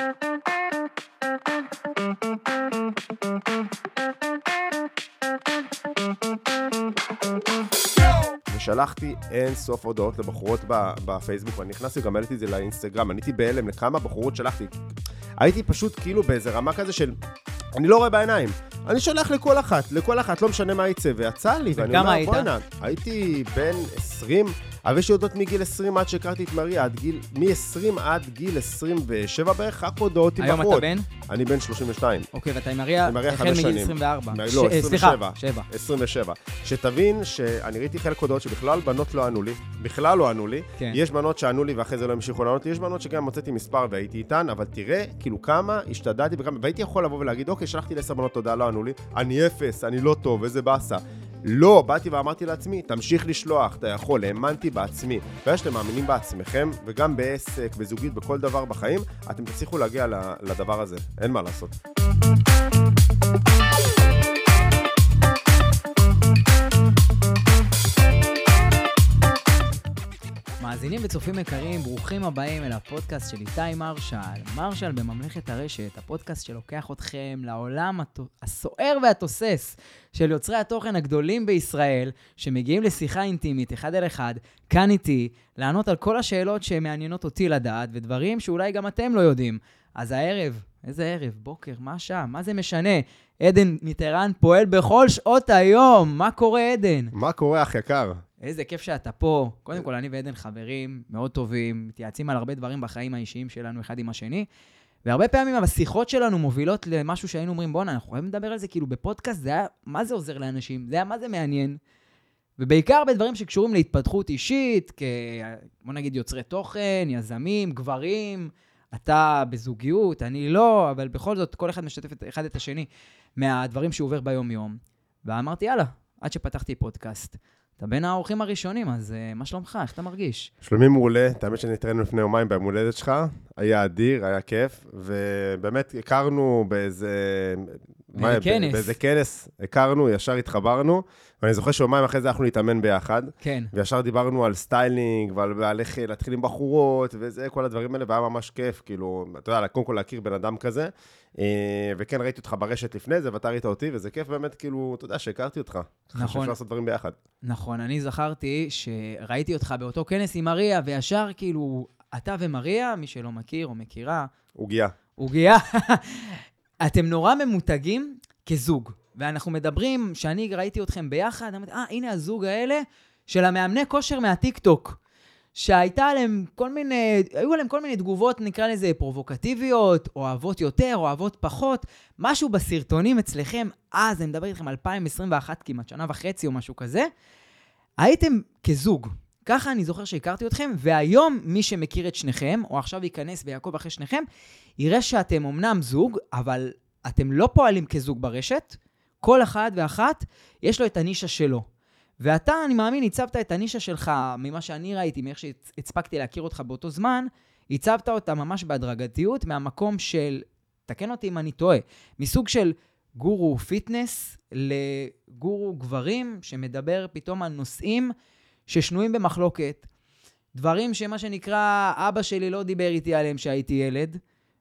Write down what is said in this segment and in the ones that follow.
ושלחתי אין סוף הודעות לבחורות בפייסבוק, ואני נכנסתי גם העליתי את זה לאינסטגרם, אני הייתי בהלם לכמה בחורות שלחתי. הייתי פשוט כאילו באיזה רמה כזה של, אני לא רואה בעיניים, אני שולח לכל אחת, לא משנה מה יצא, ויצא לי, ואני אומר, בוא'נה, הייתי בין 20, אבל יש לי הודעות מגיל 20 עד שהכרתי את מריה, מ-20 עד גיל 27 בערך, רק הודעות עם בחורות. היום אתה בן? אני בן 32. אוקיי, ואתה עם מריה החל מגיל 24. לא, 27. סליחה, 27. שתבין שאני ראיתי חלק הודעות שבכלל בנות לא ענו לי, בכלל לא ענו לי, יש בנות שענו לי ואחרי זה לא המשיכו לענות לי, יש בנות שגם מוצאתי מספר והייתי איתן, אבל תראה, כאילו כמה השתדלתי, והייתי יכול לבוא ולהגיד, אוקיי, שלחתי ל10 בנות תודה, לא ענו לי, אני אפס, אני לא טוב, איזה באסה. לא, באתי ואמרתי לעצמי, תמשיך לשלוח, אתה יכול, האמנתי בעצמי. ואתם מאמינים בעצמכם, וגם בעסק, בזוגית, בכל דבר בחיים, אתם תצליחו להגיע לדבר הזה. אין מה לעשות. מאזינים וצופים יקרים, ברוכים הבאים אל הפודקאסט של איתי מרשל. מרשל בממלכת הרשת, הפודקאסט שלוקח אתכם לעולם הסוער והתוסס של יוצרי התוכן הגדולים בישראל, שמגיעים לשיחה אינטימית, אחד אל אחד, כאן איתי, לענות על כל השאלות שמעניינות אותי לדעת, ודברים שאולי גם אתם לא יודעים. אז הערב, איזה ערב, בוקר, מה השעה, מה זה משנה? עדן מטרן פועל בכל שעות היום. מה קורה, עדן? מה קורה, אח יקר? איזה כיף שאתה פה. קודם כל, אני ועדן חברים מאוד טובים, מתייעצים על הרבה דברים בחיים האישיים שלנו אחד עם השני, והרבה פעמים השיחות שלנו מובילות למשהו שהיינו אומרים, בוא'נה, אנחנו יכולים לדבר על זה כאילו בפודקאסט, זה היה, מה זה עוזר לאנשים? זה היה, מה זה מעניין? ובעיקר בדברים שקשורים להתפתחות אישית, בוא נגיד יוצרי תוכן, יזמים, גברים, אתה בזוגיות, אני לא, אבל בכל זאת כל אחד משתף אחד את השני מהדברים שהוא עובר ביום יום. ואמרתי, יאללה, עד שפתחתי פודקאסט. אתה בין האורחים הראשונים, אז מה שלומך? איך אתה מרגיש? שלומי מעולה, תאמין שנתראינו לפני יומיים ביום הולדת שלך, היה אדיר, היה כיף, ובאמת הכרנו באיזה כנס, הכרנו, ישר התחברנו, ואני זוכר שיומיים אחרי זה אנחנו להתאמן ביחד, כן. וישר דיברנו על סטיילינג, ועל איך להתחיל עם בחורות, וזה, כל הדברים האלה, והיה ממש כיף, כאילו, אתה יודע, קודם כל להכיר בן אדם כזה, וכן ראיתי אותך ברשת לפני זה, ואתה ראית אותי, וזה כיף באמת, כאילו, אתה יודע, שהכרתי אותך. נכון. שאפשר לעשות דברים ביחד. נכון, אני זכרתי שראיתי אותך באותו כנס עם מריה, וישר כאילו, אתה ומריה, מי שלא מכיר או מכירה. עוגיה. אתם נורא ממותגים כזוג. ואנחנו מדברים, שאני ראיתי אתכם ביחד, אמרתי, הנה הזוג האלה של המאמני כושר מהטיק-טוק, שהיו עליהם כל מיני תגובות, נקרא לזה פרובוקטיביות, אוהבות יותר, אוהבות פחות, משהו בסרטונים אצלכם, אז אני מדבר איתכם 2021, כמעט שנה וחצי או משהו כזה, הייתם כזוג. ככה אני זוכר שהכרתי אתכם, והיום מי שמכיר את שניכם, או עכשיו ייכנס ויעקוב אחרי שניכם, יראה שאתם אמנם זוג, אבל אתם לא פועלים כזוג ברשת, כל אחד ואחת יש לו את הנישה שלו. ואתה, אני מאמין, הצבת את הנישה שלך, ממה שאני ראיתי, מאיך שהצפקתי להכיר אותך באותו זמן, הצבת אותה ממש בהדרגתיות, מהמקום של, תקן אותי אם אני טועה, מסוג של גורו פיטנס לגורו גברים, שמדבר פתאום על נושאים ששנויים במחלוקת. דברים שמה שנקרא, אבא שלי לא דיבר איתי עליהם שהייתי ילד,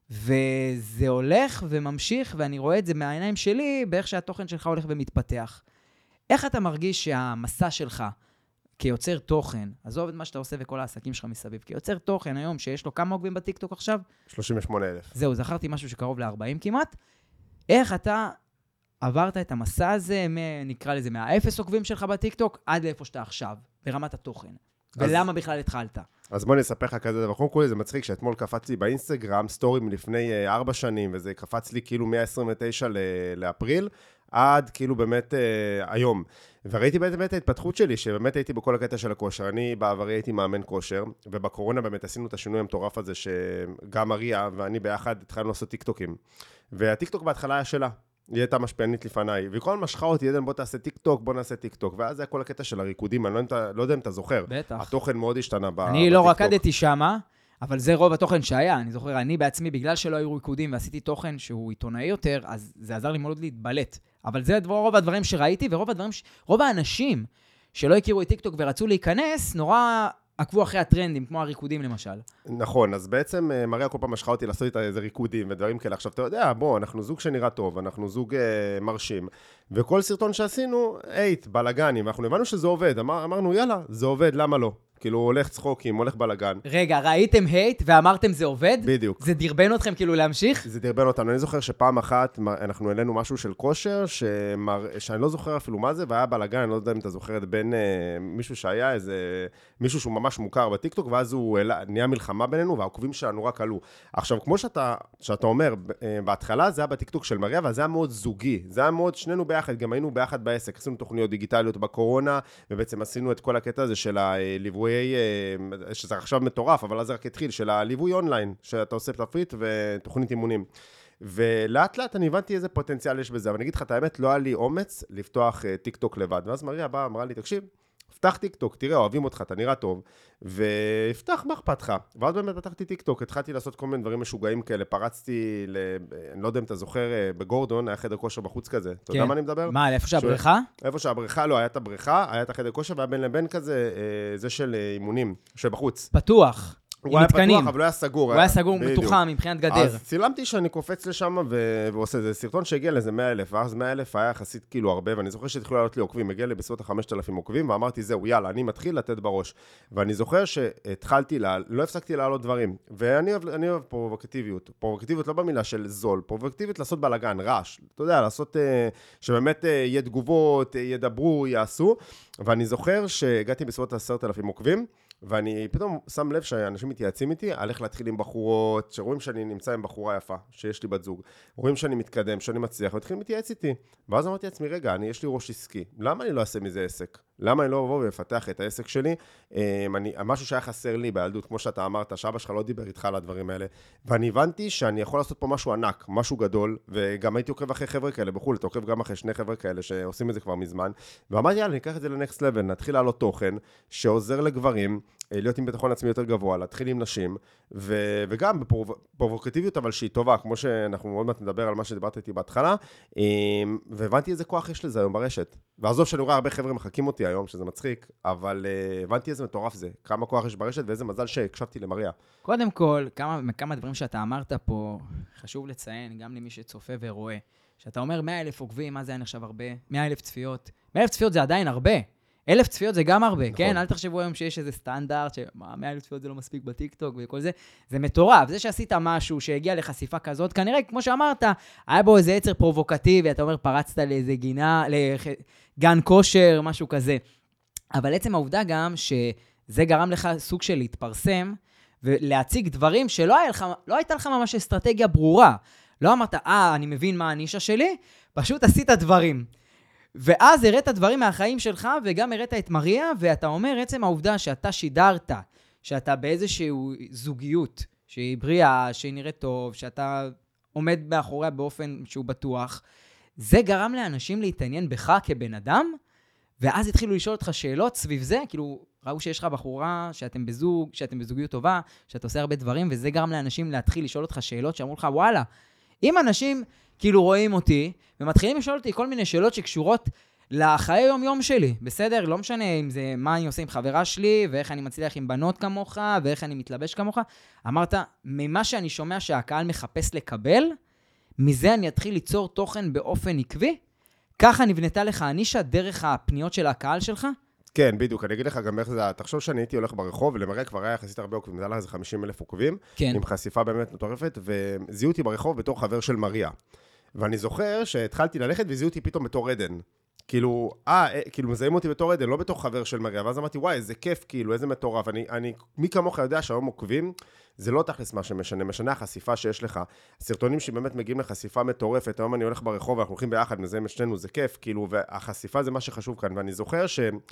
וזה הולך וממשיך, ואני רואה את זה מהעיניים שלי, באיך שהתוכן שלך הולך ומתפתח. איך אתה מרגיש שהמסע שלך כיוצר תוכן, עזוב את מה שאתה עושה וכל העסקים שלך מסביב, כיוצר תוכן היום שיש לו כמה עוקבים בטיקטוק עכשיו? 38,000. זהו, זכרתי משהו שקרוב ל-40 כמעט. איך אתה עברת את המסע הזה, נקרא לזה, מהאפס עוקבים שלך בטיקטוק, עד לאיפה שאתה עכשיו, ברמת התוכן? ולמה בכלל התחלת? אז בוא נספר לך כזה דבר. קודם כל זה מצחיק שאתמול קפצתי באינסטגרם סטורים לפני 4 שנים, וזה קפץ לי כאילו מ-29 לאפריל, עד כאילו באמת היום. וראיתי באמת ההתפתחות שלי, שבאמת הייתי בכל הקטע של הכושר. אני בעברי הייתי מאמן כושר, ובקורונה באמת עשינו את השינוי המטורף הזה, שגם מריה ואני ביחד התחלנו לעשות טיקטוקים. והטיקטוק בהתחלה היה שלה. היא הייתה משפיענית לפניי, וכל משכה אותי, ידן, בוא תעשה טיקטוק, בוא נעשה טיקטוק, ואז זה היה כל הקטע של הריקודים, אני לא יודע אם אתה זוכר. בטח. התוכן מאוד השתנה בטיקטוק. אני לא רקדתי שמה, אבל זה רוב התוכן שהיה. אני זוכר, אני בעצמי, בגלל שלא היו ריקודים ועשיתי תוכן שהוא עיתונאי יותר, אז זה עזר לי מאוד להתבלט. אבל זה רוב הדברים שראיתי, ורוב האנשים שלא הכירו את טיקטוק ורצו להיכנס, נורא עקבו אחרי הטרנדים, כמו הריקודים למשל. נכון, אז בעצם מריה כל פעם משכה אותי לעשות איתה איזה ריקודים ודברים כאלה. עכשיו, אתה יודע, בוא, אנחנו זוג שנראה טוב, אנחנו זוג מרשים, וכל סרטון שעשינו, בלגנים, ואנחנו הבנו שזה עובד. אמרנו, יאללה, זה עובד, למה לא? כאילו, הולך צחוקים, הולך בלגן. רגע, ראיתם הייט ואמרתם זה עובד? בדיוק. זה דרבן אתכם כאילו להמשיך? זה דרבן אותנו. אני זוכר שפעם אחת אנחנו העלינו משהו של כושר, שאני לא זוכר אפילו מה זה, והיה בלגן, אני לא יודע אם אתה זוכרת, בין מישהו שהיה איזה, מישהו שהוא ממש מוכר בטיקטוק, ואז הוא נהיה מלחמה בינינו, והעוקבים שלנו רק עלו. עכשיו, כמו שאתה אומר, בהתחלה זה היה בטיקטוק של מריה, וזה היה מאוד זוגי. זה היה מאוד, שנינו ביחד, גם היינו ביחד בעסק. עשינו תוכניות דיגיטליות בקורונה, ובעצם עשינו את כל הקטע הזה של הליווי שזה עכשיו מטורף, אבל אז זה רק התחיל, של הליווי אונליין, שאתה עושה תפריט ותוכנית אימונים. ולאט לאט אני הבנתי איזה פוטנציאל יש בזה, אבל אני אגיד לך את האמת, לא היה לי אומץ לפתוח טיק טוק לבד. ואז מריה באה, אמרה לי, תקשיב, פתח טיק טוק, תראה, אוהבים אותך, אתה נראה טוב, והפתח מה אכפת לך. ואז באמת פתחתי טיק טוק, התחלתי לעשות כל מיני דברים משוגעים כאלה, פרצתי, אני לא יודע אם אתה זוכר, בגורדון, היה חדר כושר בחוץ כזה. אתה יודע מה אני מדבר? מה, איפה שהבריכה? איפה שהבריכה, לא, היה את הבריכה, היה את החדר כושר, והיה בין לבין כזה, זה של אימונים, שבחוץ. פתוח. הוא היה פתוח, אבל לא היה סגור. הוא היה סגור מתוחם, מבחינת גדר. אז צילמתי שאני קופץ לשם ועושה איזה סרטון שהגיע לאיזה 100,000, ואז 100,000 היה יחסית כאילו הרבה, ואני זוכר שהתחילו לעלות לי עוקבים, הגיע לי בסביבות 5,000 עוקבים, ואמרתי, זהו, יאללה, אני מתחיל לתת בראש. ואני זוכר שהתחלתי, לא הפסקתי לעלות דברים, ואני אוהב פרובוקטיביות. פרובוקטיביות לא במילה של זול, פרובוקטיביות לעשות בלגן, רעש. אתה יודע, לעשות שבאמת יהיה תגובות, ידברו, יעשו. ואני זוכר שהגעתי בסביבות 10,000 עוקבים, ואני פתאום שם לב שאנשים מתייעצים איתי, הלך להתחיל עם בחורות, שרואים שאני נמצא עם בחורה יפה, שיש לי בת זוג, רואים שאני מתקדם, שאני מצליח, ומתחילים להתייעץ איתי. ואז אמרתי לעצמי, רגע, יש לי ראש עסקי, למה אני לא אעשה מזה עסק? למה אני לא אבוא ולפתח את העסק שלי? משהו שהיה חסר לי בילדות, כמו שאתה אמרת, שאבא שלך לא דיבר איתך על הדברים האלה, ואני הבנתי שאני יכול לעשות פה משהו ענק, משהו גדול, וגם הייתי עוקב אחרי חבר'ה כאלה בחו"ל, אתה עוקב גם אחרי שני חבר'ה כאלה שעושים את זה כבר מזמן, ואמרתי, יאללה, ניקח את זה לנקסט לבל, נתחיל לעלות תוכן שעוזר לגברים, להיות עם ביטחון עצמי יותר גבוה, להתחיל עם נשים, וגם בפרובוקטיביות, אבל שהיא טובה, כמו שאנחנו מאוד מעט נדבר על מה שדיברת איתי בהתחלה, והבנתי איזה כוח יש לזה היום ברשת. ועזוב שאני רואה הרבה חבר'ה מחכים אותי היום, שזה מצחיק, אבל הבנתי איזה מטורף זה, כמה כוח יש ברשת, ואיזה מזל שהקשבתי למריה. קודם כל, כמה דברים שאתה אמרת פה, חשוב לציין, גם למי שצופה ורואה, שאתה אומר 100,000 עוקבים, מה זה היה נחשב הרבה? 100,000 צפיות. 100,000 צפיות זה עדיין הרבה. 1,000 צפיות זה גם הרבה, נכון. כן? אל תחשבו היום שיש איזה סטנדרט, 100,000 צפיות זה לא מספיק בטיקטוק וכל זה. זה מטורף. זה שעשית משהו שהגיע לחשיפה כזאת, כנראה, כמו שאמרת, היה בו איזה יצר פרובוקטיבי, אתה אומר, פרצת לאיזה גן כושר, משהו כזה. אבל עצם העובדה גם שזה גרם לך סוג של להתפרסם, ולהציג דברים שלא הייתה לך ממש אסטרטגיה ברורה. לא אמרת, אני מבין מה הנישה שלי, פשוט עשית דברים. ואז הראת דברים מהחיים שלך, וגם הראת את מריה, ואתה אומר, עצם העובדה שאתה שידרת, שאתה באיזושהי זוגיות, שהיא בריאה, שהיא נראית טוב, שאתה עומד מאחוריה באופן שהוא בטוח, זה גרם לאנשים להתעניין בך כבן אדם, ואז התחילו לשאול אותך שאלות סביב זה, כאילו, ראו שיש לך בחורה, שאתם בזוגיות טובה, שאתה עושה הרבה דברים, וזה גרם לאנשים להתחיל לשאול אותך שאלות שאמרו לך, וואלה, אם אנשים כאילו רואים אותי, ומתחילים לשאול אותי כל מיני שאלות שקשורות לחיי יום-יום שלי, בסדר? לא משנה אם זה מה אני עושה עם חברה שלי, ואיך אני מצליח עם בנות כמוך, ואיך אני מתלבש כמוך. אמרת, ממה שאני שומע שהקהל מחפש לקבל, מזה אני אתחיל ליצור תוכן באופן עקבי, ככה נבנתה לך הנישה דרך הפניות של הקהל שלך? כן, בדיוק, אני אגיד לך גם איך זה, תחשוב שאני הייתי הולך ברחוב, ולמראה כבר היה יחסית הרבה עוקבים, זה היה איזה 50,000 עוקבים, כן. עם חשיפה באמת מטורפת, וזיהו אותי ברחוב בתור חבר של מריה. ואני זוכר שהתחלתי ללכת וזיהו אותי פתאום בתור עדן. כאילו, מזהים אותי בתור עדן, לא בתור חבר של מריה, ואז אמרתי, וואי, איזה כיף, כאילו, איזה מטורף. מי כמוך יודע שהיום עוקבים, זה לא תכלס מה משנה החשיפה שיש לך. הסרטונים שבאמת מגיעים לחשיפה מטורפת, היום אני הולך ברחוב, אנחנו הולכים ביחד, מזהים את שנינו, זה כיף, כאילו, והחשיפה זה מה שחשוב כאן. ואני זוכר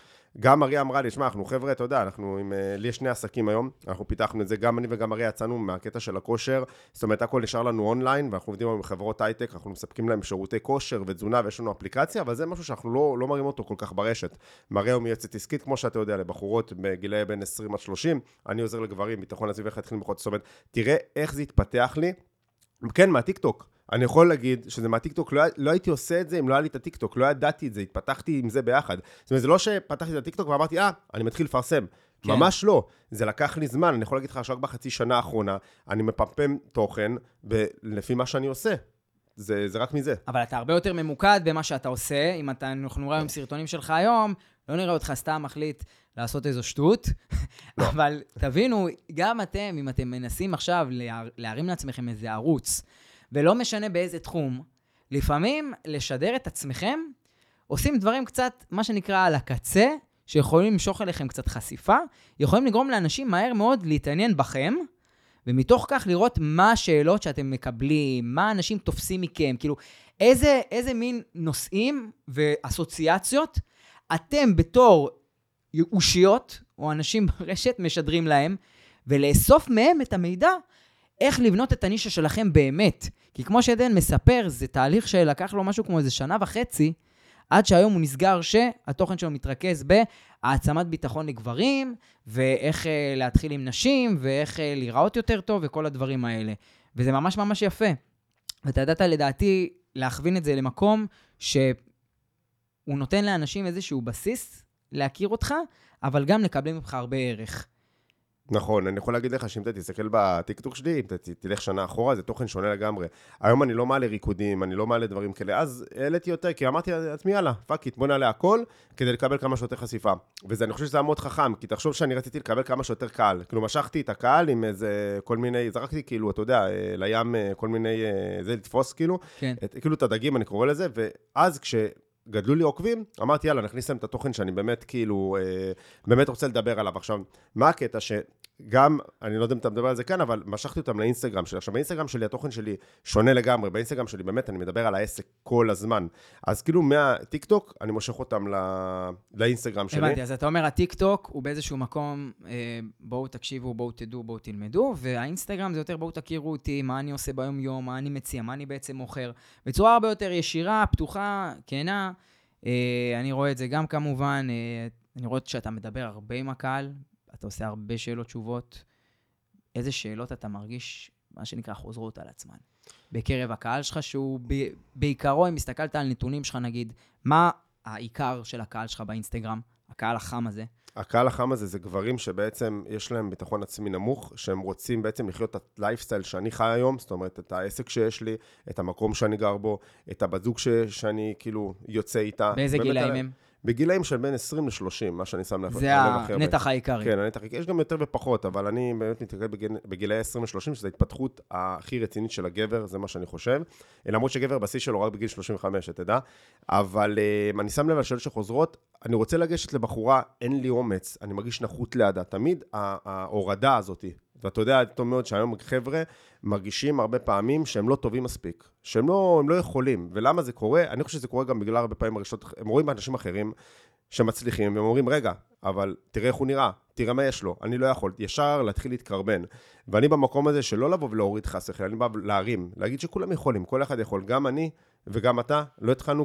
שגם מריה אמרה לי, שמע, אנחנו חבר'ה, אתה יודע, לי יש 2 עסקים היום, אנחנו פיתחנו את זה, גם אני וגם מריה יצאנו מהקטע של הכושר, זאת אומרת, הכל נשאר לנו אונליין, ואנחנו עובדים עם חברות הייטק, אנחנו מספקים להם שירותי כושר ותזונה, ויש לנו אפליקציה, אבל זה משהו שאנחנו לא מראים אותו כל כך ברשת. מריה הוא מייצאת עסקית, כמו שאתה יודע, לבחורות בגילי בין 20 עד 30, אני עוזר לגברים, ביטחון עצמי ואיך להתחיל בחוץ. זאת אומרת, תראה איך זה התפתח לי, כן, מהטיקטוק. אני יכול להגיד שזה מהטיקטוק, לא הייתי עושה את זה אם לא היה לי את הטיקטוק, לא ידעתי את זה, התפתחתי עם זה ביחד. זאת אומרת, זה לא שפתחתי את הטיקטוק ואמרתי, אני מתחיל לפרסם. כן. ממש לא. זה לקח לי זמן, אני יכול להגיד לך שרק בחצי שנה האחרונה, אני מפמפם תוכן, לפי מה שאני עושה. זה רק מזה. אבל אתה הרבה יותר ממוקד במה שאתה עושה. אם אנחנו רואים סרטונים שלך היום, לא נראה אותך סתם מחליט לעשות איזו שטות. לא. אבל תבינו, גם אתם, אם אתם מנסים עכשיו להרים לעצמכם איזה ערוץ, ולא משנה באיזה תחום, לפעמים לשדר את עצמכם, עושים דברים קצת, מה שנקרא, על הקצה, שיכולים למשוך אליכם קצת חשיפה, יכולים לגרום לאנשים מהר מאוד להתעניין בכם, ומתוך כך לראות מה השאלות שאתם מקבלים, מה אנשים תופסים מכם, כאילו, איזה מין נושאים ואסוציאציות אתם בתור אושיות, או אנשים ברשת משדרים להם, ולאסוף מהם את המידע, איך לבנות את הנישה שלכם באמת. כי כמו שעדן מספר, זה תהליך שלקח לו משהו כמו איזה 1.5 שנה, עד שהיום הוא נסגר שהתוכן שלו מתרכז בהעצמת ביטחון לגברים, ואיך להתחיל עם נשים, ואיך להיראות יותר טוב, וכל הדברים האלה. וזה ממש ממש יפה. ואתה ידעת לדעתי להכווין את זה למקום שהוא נותן לאנשים איזשהו בסיס להכיר אותך, אבל גם לקבל ממך הרבה ערך. נכון, אני יכול להגיד לך שאם אתה תסתכל בטיקטוק שלי, אם אתה תלך שנה אחורה, זה תוכן שונה לגמרי. היום אני לא מעלה ריקודים, אני לא מעלה דברים כאלה, אז העליתי יותר, כי אמרתי לעצמי, יאללה, פאקית, בוא נעלה הכל, כדי לקבל כמה שיותר חשיפה. ואני חושב שזה היה מאוד חכם, כי תחשוב שאני רציתי לקבל כמה שיותר קהל. כאילו, משכתי את הקהל עם איזה כל מיני, זרקתי כאילו, אתה יודע, לים כל מיני, זה לתפוס כאילו, כן. כאילו את הדגים, אני קורא לזה, ואז גדלו לי עוקבים, אמרתי, יאללה, נכניס להם את התוכן שאני באמת, כאילו, באמת רוצה לדבר עליו. עכשיו, מה הקטע שגם, אני לא יודע אם אתה מדבר על זה כאן, אבל משכתי אותם לאינסטגרם שלי. עכשיו, באינסטגרם שלי, התוכן שלי שונה לגמרי. באינסטגרם שלי, באמת, אני מדבר על העסק כל הזמן. אז כאילו, מהטיקטוק, אני מושך אותם לאינסטגרם שלי. הבנתי, אז אתה אומר, הטיקטוק הוא באיזשהו מקום, בואו תקשיבו, בואו תדעו, בואו תלמדו, והאינסטגרם זה יותר, בואו תכירו אותי, מה אני עושה ביום יום, מה אני מציע, מה אני בעצם מוכר. בצורה הרבה יותר ישירה, פתוחה, כנה. אני רואה את זה גם כמובן, אני רואה שאתה מדבר הרבה עם הקהל, אתה עושה הרבה שאלות תשובות. איזה שאלות אתה מרגיש, מה שנקרא, חוזרות על עצמן? בקרב הקהל שלך, שהוא בעיקרו, אם הסתכלת על נתונים שלך, נגיד, מה העיקר של הקהל שלך באינסטגרם, הקהל החם הזה? הקהל החם הזה זה גברים שבעצם יש להם ביטחון עצמי נמוך, שהם רוצים בעצם לחיות את הלייפסטייל שאני חי היום, זאת אומרת, את העסק שיש לי, את המקום שאני גר בו, את הבזוג שאני כאילו יוצא איתה. באיזה גילאים הם? בגילאים של בין 20 ל-30, מה שאני שם זה הנתח העיקרי. כן, הנתח העיקרי. יש גם יותר ופחות, אבל אני באמת מתרכז בגילאי 20 ל-30, שזו ההתפתחות הכי רצינית של הגבר, זה מה שאני חושב. למרות שגבר בשיא שלו רק בגיל 35, אתה יודע. אבל אני שם לב על שאלות שחוזרות, אני רוצה לגשת לבחורה, אין לי אומץ, אני מרגיש נחות לידה. תמיד ההורדה הזאת, ואתה יודע, טוב מאוד שהיום חבר'ה מרגישים הרבה פעמים שהם לא טובים מספיק, שהם לא יכולים. ולמה זה קורה? אני חושב שזה קורה גם בגלל הרבה פעמים הרשתות, הם רואים באנשים אחרים שמצליחים, והם אומרים, רגע, אבל תראה איך הוא נראה, תראה מה יש לו, אני לא יכול, ישר להתחיל להתקרבן. ואני במקום הזה שלא לבוא ולהוריד חסך, אני בא להרים, להגיד שכולם יכולים, כל אחד יכול, גם אני וגם אתה, לא התחלנו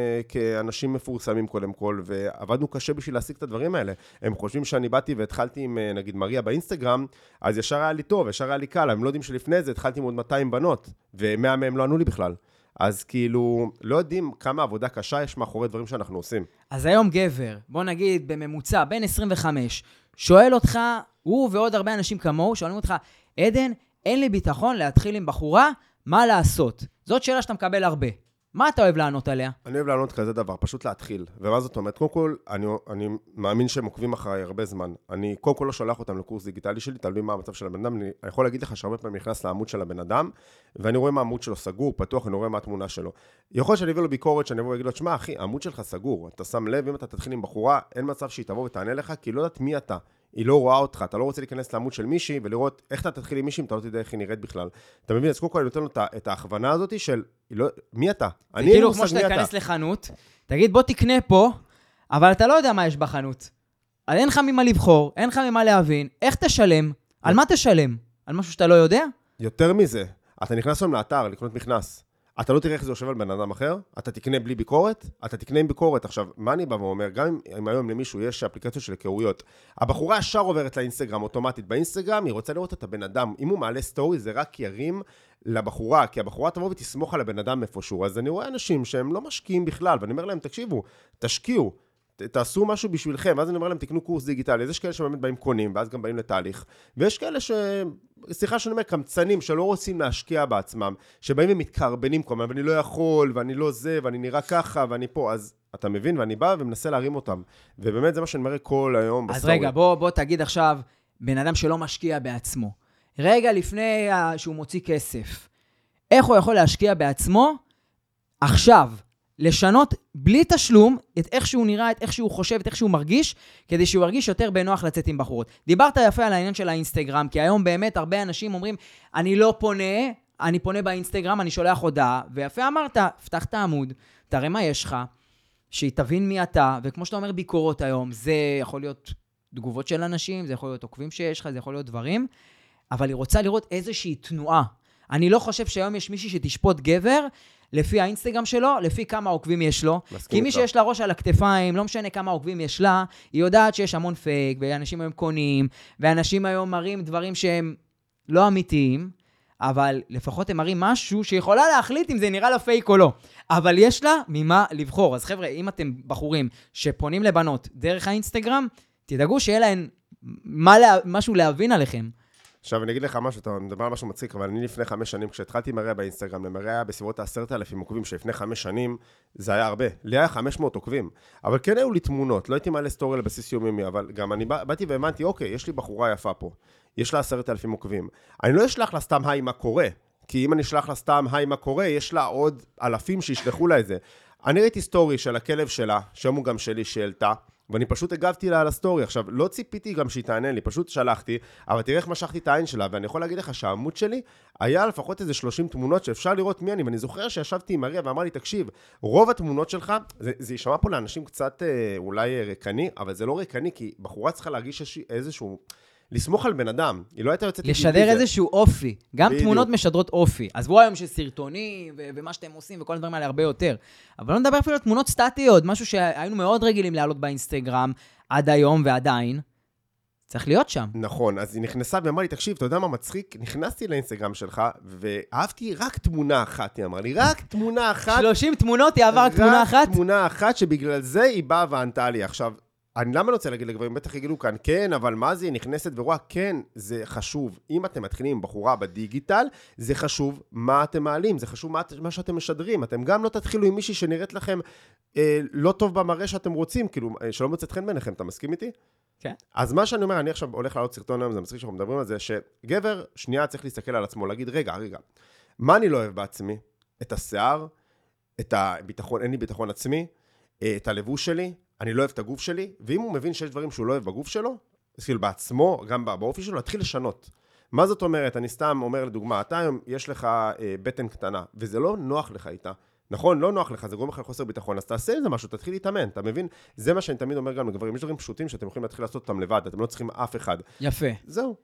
כאנשים מפורסמים קודם כל, ועבדנו קשה בשביל להשיג את הדברים האלה. הם חושבים שאני באתי והתחלתי עם, נגיד, מריה באינסטגרם, אז ישר היה לי טוב, ישר היה לי קל, הם לא יודעים שלפני זה התחלתי עם עוד 200 בנות, ו100 מהם לא ענו לי בכלל. אז כאילו, לא יודעים כמה עבודה קשה יש מאחורי דברים שאנחנו עושים. אז היום גבר, בוא נגיד בממוצע, בין 25, שואל אותך, הוא ועוד הרבה אנשים כמוהו, שואלים אותך, עדן, אין לי ביטחון להתחיל עם בחורה, מה לעשות? זאת שאלה שאתה מקבל הרבה. מה אתה אוהב לענות עליה? אני אוהב לענות כזה דבר, פשוט להתחיל. ומה זאת אומרת? קודם כל, אני מאמין שהם עוקבים אחריי הרבה זמן. אני קודם כל לא שולח אותם לקורס דיגיטלי שלי, תלוי מה המצב של הבן אדם. אני יכול להגיד לך שהרבה פעמים נכנס לעמוד של הבן אדם, ואני רואה מה העמוד שלו סגור, פתוח, אני רואה מה התמונה שלו. יכול שאני אביא לו ביקורת, שאני אבוא ואגיד לו, תשמע, אחי, העמוד שלך סגור. אתה שם לב, אם אתה תתחיל עם בחורה, אין מצב שהיא תבוא ותענה לך, כי לא יודעת מי אתה. היא לא רואה אותך, אתה לא רוצה להיכנס לעמוד של מישהי ולראות איך אתה תתחיל עם מישהי אם אתה לא תדע איך היא נראית בכלל. אתה מבין? אז קודם כל אני נותן לו את ההכוונה הזאת של מי אתה? זה כאילו כמו שאתה תיכנס לחנות, תגיד בוא תקנה פה, אבל אתה לא יודע מה יש בחנות. אז אין לך ממה לבחור, אין לך ממה להבין, איך תשלם? על מה תשלם? על משהו שאתה לא יודע? יותר מזה, אתה נכנס היום לאתר לקנות מכנס. אתה לא תראה איך זה יושב על בן אדם אחר, אתה תקנה בלי ביקורת, אתה תקנה עם ביקורת. עכשיו, מה אני בא ואומר, גם אם היום למישהו יש אפליקציות של היכרויות, הבחורה ישר עוברת לאינסטגרם אוטומטית באינסטגרם, היא רוצה לראות את הבן אדם, אם הוא מעלה סטורי זה רק ירים לבחורה, כי הבחורה תבוא ותסמוך על הבן אדם איפשהו. אז אני רואה אנשים שהם לא משקיעים בכלל, ואני אומר להם, תקשיבו, תשקיעו, תעשו משהו בשבילכם, ואז אני אומר להם, תקנו קורס דיגיטלי. אז יש כאלה שבאמת באים קונים, ואז גם באים לתהליך. ויש כאלה סליחה שאני אומר, קמצנים שלא רוצים להשקיע בעצמם, שבאים ומתקרבנים כל הזמן, ואני לא יכול, ואני לא זה, ואני נראה ככה, ואני פה, אז אתה מבין, ואני בא ומנסה להרים אותם. ובאמת זה מה שאני מראה כל היום בסטורי. אז רגע, בוא תגיד עכשיו, בן אדם שלא משקיע בעצמו. רגע לפני שהוא מוציא כסף, איך הוא יכול להשקיע בעצמו עכשיו? לשנות בלי תשלום את איך שהוא נראה, את איך שהוא חושב, את איך שהוא מרגיש, כדי שהוא ירגיש יותר בנוח לצאת עם בחורות. דיברת יפה על העניין של האינסטגרם, כי היום באמת הרבה אנשים אומרים, אני לא פונה, אני פונה באינסטגרם, אני שולח הודעה, ויפה אמרת, פתח את העמוד, תראה מה יש לך, שהיא תבין מי אתה, וכמו שאתה אומר ביקורות היום, זה יכול להיות תגובות של אנשים, זה יכול להיות עוקבים שיש לך, זה יכול להיות דברים, אבל היא רוצה לראות איזושהי תנועה. אני לא חושב שהיום יש מישהי שתשפוט גבר, לפי האינסטגרם שלו, לפי כמה עוקבים יש לו. כי מי שיש לה ראש על הכתפיים, לא משנה כמה עוקבים יש לה, היא יודעת שיש המון פייק, ואנשים היום קונים, ואנשים היום מראים דברים שהם לא אמיתיים, אבל לפחות הם מראים משהו שיכולה להחליט אם זה נראה לה פייק או לא. אבל יש לה ממה לבחור. אז חבר'ה, אם אתם בחורים שפונים לבנות דרך האינסטגרם, תדאגו שיהיה להן משהו להבין עליכם. עכשיו, אני אגיד לך משהו, אתה מדבר על משהו מצחיק, אבל אני לפני 5 שנים, כשהתחלתי מראה באינסטגרם, למראה היה בסביבות 10,000 עוקבים, שלפני 5 שנים, זה היה הרבה. לי היה 500 עוקבים. אבל כן היו לי תמונות, לא הייתי מעלה סטורי לבסיס יומיומי, אבל גם אני באתי והאמנתי, אוקיי, יש לי בחורה יפה פה, יש לה 10,000 עוקבים. אני לא אשלח לה סתם היי מה קורה, כי אם אני אשלח לה סתם היי מה קורה, יש לה עוד אלפים שישלחו לה את זה. אני ראיתי סטורי של הכלב שלה, שם הוא גם שלי שהעלתה, ואני פשוט הגבתי לה על הסטורי. עכשיו, לא ציפיתי גם שהיא תענה לי, פשוט שלחתי, אבל תראה איך משכתי את העין שלה, ואני יכול להגיד לך שהעמוד שלי היה לפחות איזה 30 תמונות שאפשר לראות מי אני, ואני זוכר שישבתי עם מריה ואמר לי, תקשיב, רוב התמונות שלך, זה יישמע פה לאנשים קצת אולי ריקני, אבל זה לא ריקני, כי בחורה צריכה להרגיש איזשהו, לסמוך על בן אדם, היא לא הייתה יוצאת... לשדר איזשהו אופי, גם תמונות משדרות אופי. אז בואו היום שסרטונים ומה שאתם עושים וכל הדברים האלה הרבה יותר. אבל לא נדבר אפילו על תמונות סטטיות, משהו שהיינו מאוד רגילים להעלות באינסטגרם עד היום ועדיין. צריך להיות שם. נכון, אז היא נכנסה ואמרה לי, תקשיב, אתה יודע מה מצחיק? נכנסתי לאינסטגרם שלך ואהבתי רק תמונה אחת, היא אמרה לי, רק תמונה אחת. 30 תמונות, היא עבר רק תמונה אחת? רק תמונה אחת שבגלל זה היא באה וענתה לי. עכשיו, למה לא רוצה להגיד לגברים? בטח יגידו כאן, כן, אבל מה זה? היא נכנסת ורואה, כן, זה חשוב. אם אתם מתחילים עם בחורה בדיגיטל, זה חשוב מה אתם מעלים, זה חשוב מה שאתם משדרים. אתם גם לא תתחילו עם מישהי שנראית לכם לא טוב במראה שאתם רוצים, כאילו, שלא מוצאת חן ביניכם, אתה מסכים איתי? כן. אז מה שאני אומר, אני עכשיו הולך לעלות סרטון היום, זה מצחיק שאנחנו מדברים על זה, שגבר שנייה צריך להסתכל על עצמו, להגיד, רגע, מה אני לא אוהב בעצמי? את השיער, את הביטחון, אין לי ביטחון עצמי, את הלבוש שלי, אני לא אוהב את הגוף שלי, ואם הוא מבין שיש דברים שהוא לא אוהב בגוף שלו, אז כאילו בעצמו, גם באופי שלו, להתחיל לשנות. מה זאת אומרת? אני סתם אומר לדוגמה, אתה היום יש לך בטן קטנה, וזה לא נוח לך איתה. נכון? לא נוח לך, זה גורם לך לחוסר ביטחון, אז תעשה עם זה משהו, תתחיל להתאמן, אתה מבין? זה מה שאני תמיד אומר גם לגברים, יש דברים פשוטים שאתם יכולים להתחיל לעשות אותם לבד, אתם לא צריכים אף אחד. יפה. זהו.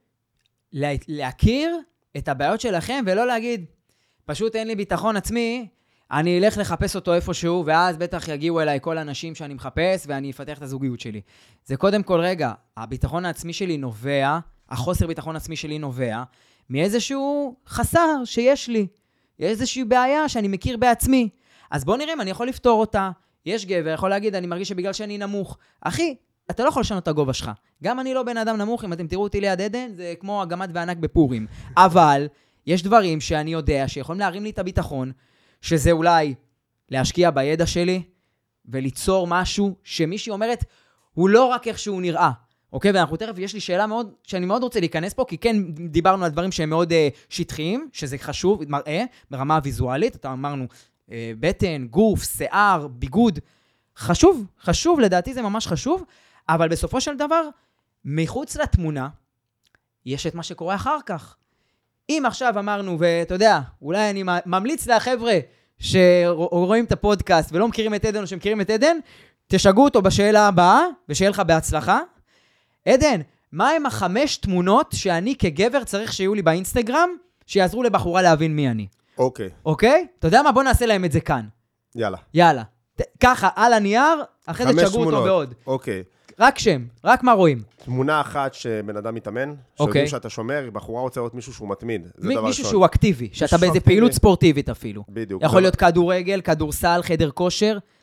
להכיר את הבעיות שלכם, ולא להגיד, פשוט אין לי ביטחון עצמי, אני אלך לחפש אותו איפשהו, ואז בטח יגיעו אליי כל האנשים שאני מחפש, ואני אפתח את הזוגיות שלי. זה קודם כל רגע, הביטחון העצמי שלי נובע, החוסר ביטחון העצמי שלי נובע, מאיזשהו חסר שיש לי. יש איזושהי בעיה שאני מכיר בעצמי. אז בוא נראה אם אני יכול לפתור אותה. יש גבר, יכול להגיד, אני מרגיש שבגלל שאני נמוך. אחי, אתה לא יכול לשנות את הגובה שלך. גם אני לא בן אדם נמוך, אם אתם תראו אותי ליד עדן, זה כמו הגמד וענק בפורים. אבל יש דברים שאני יודע שיכולים להרים לי את הביטחון, שזה אולי להשקיע בידע שלי, וליצור משהו שמישהי אומרת, הוא לא רק איך שהוא נראה. אוקיי, ואנחנו תכף, יש לי שאלה מאוד, שאני מאוד רוצה להיכנס פה, כי כן דיברנו על דברים שהם מאוד שטחיים, שזה חשוב, מראה, ברמה הוויזואלית, אתה אמרנו, בטן, גוף, שיער, ביגוד, חשוב, לדעתי זה ממש חשוב, אבל בסופו של דבר, מחוץ לתמונה, יש את מה שקורה אחר כך. אם עכשיו אמרנו, ואתה יודע, אולי אני ממליץ לחבר'ה שרואים את הפודקאסט ולא מכירים את עדן או שמכירים את עדן, תשגעו אותו בשאלה הבאה, ושיהיה לך בהצלחה. עדן, מה הם 5 תמונות שאני כגבר צריך שיהיו לי באינסטגרם, שיעזרו לבחורה להבין מי אני? אוקיי. אוקיי? אתה יודע מה? בוא נעשה להם את זה כאן. יאללה. ככה, על הנייר, אחרי זה תשגעו אותו בעוד. אוקיי. רק שם, רק מה רואים. תמונה אחת שבן אדם מתאמן, שיודעים שאתה שומר, בחורה רוצה לראות מישהו שהוא מתמיד. מישהו שהוא אקטיבי, שאתה באיזה פעילות ספורטיבית אפילו. בדיוק. יכול להיות כדורגל, כדורסל, חדר כושר,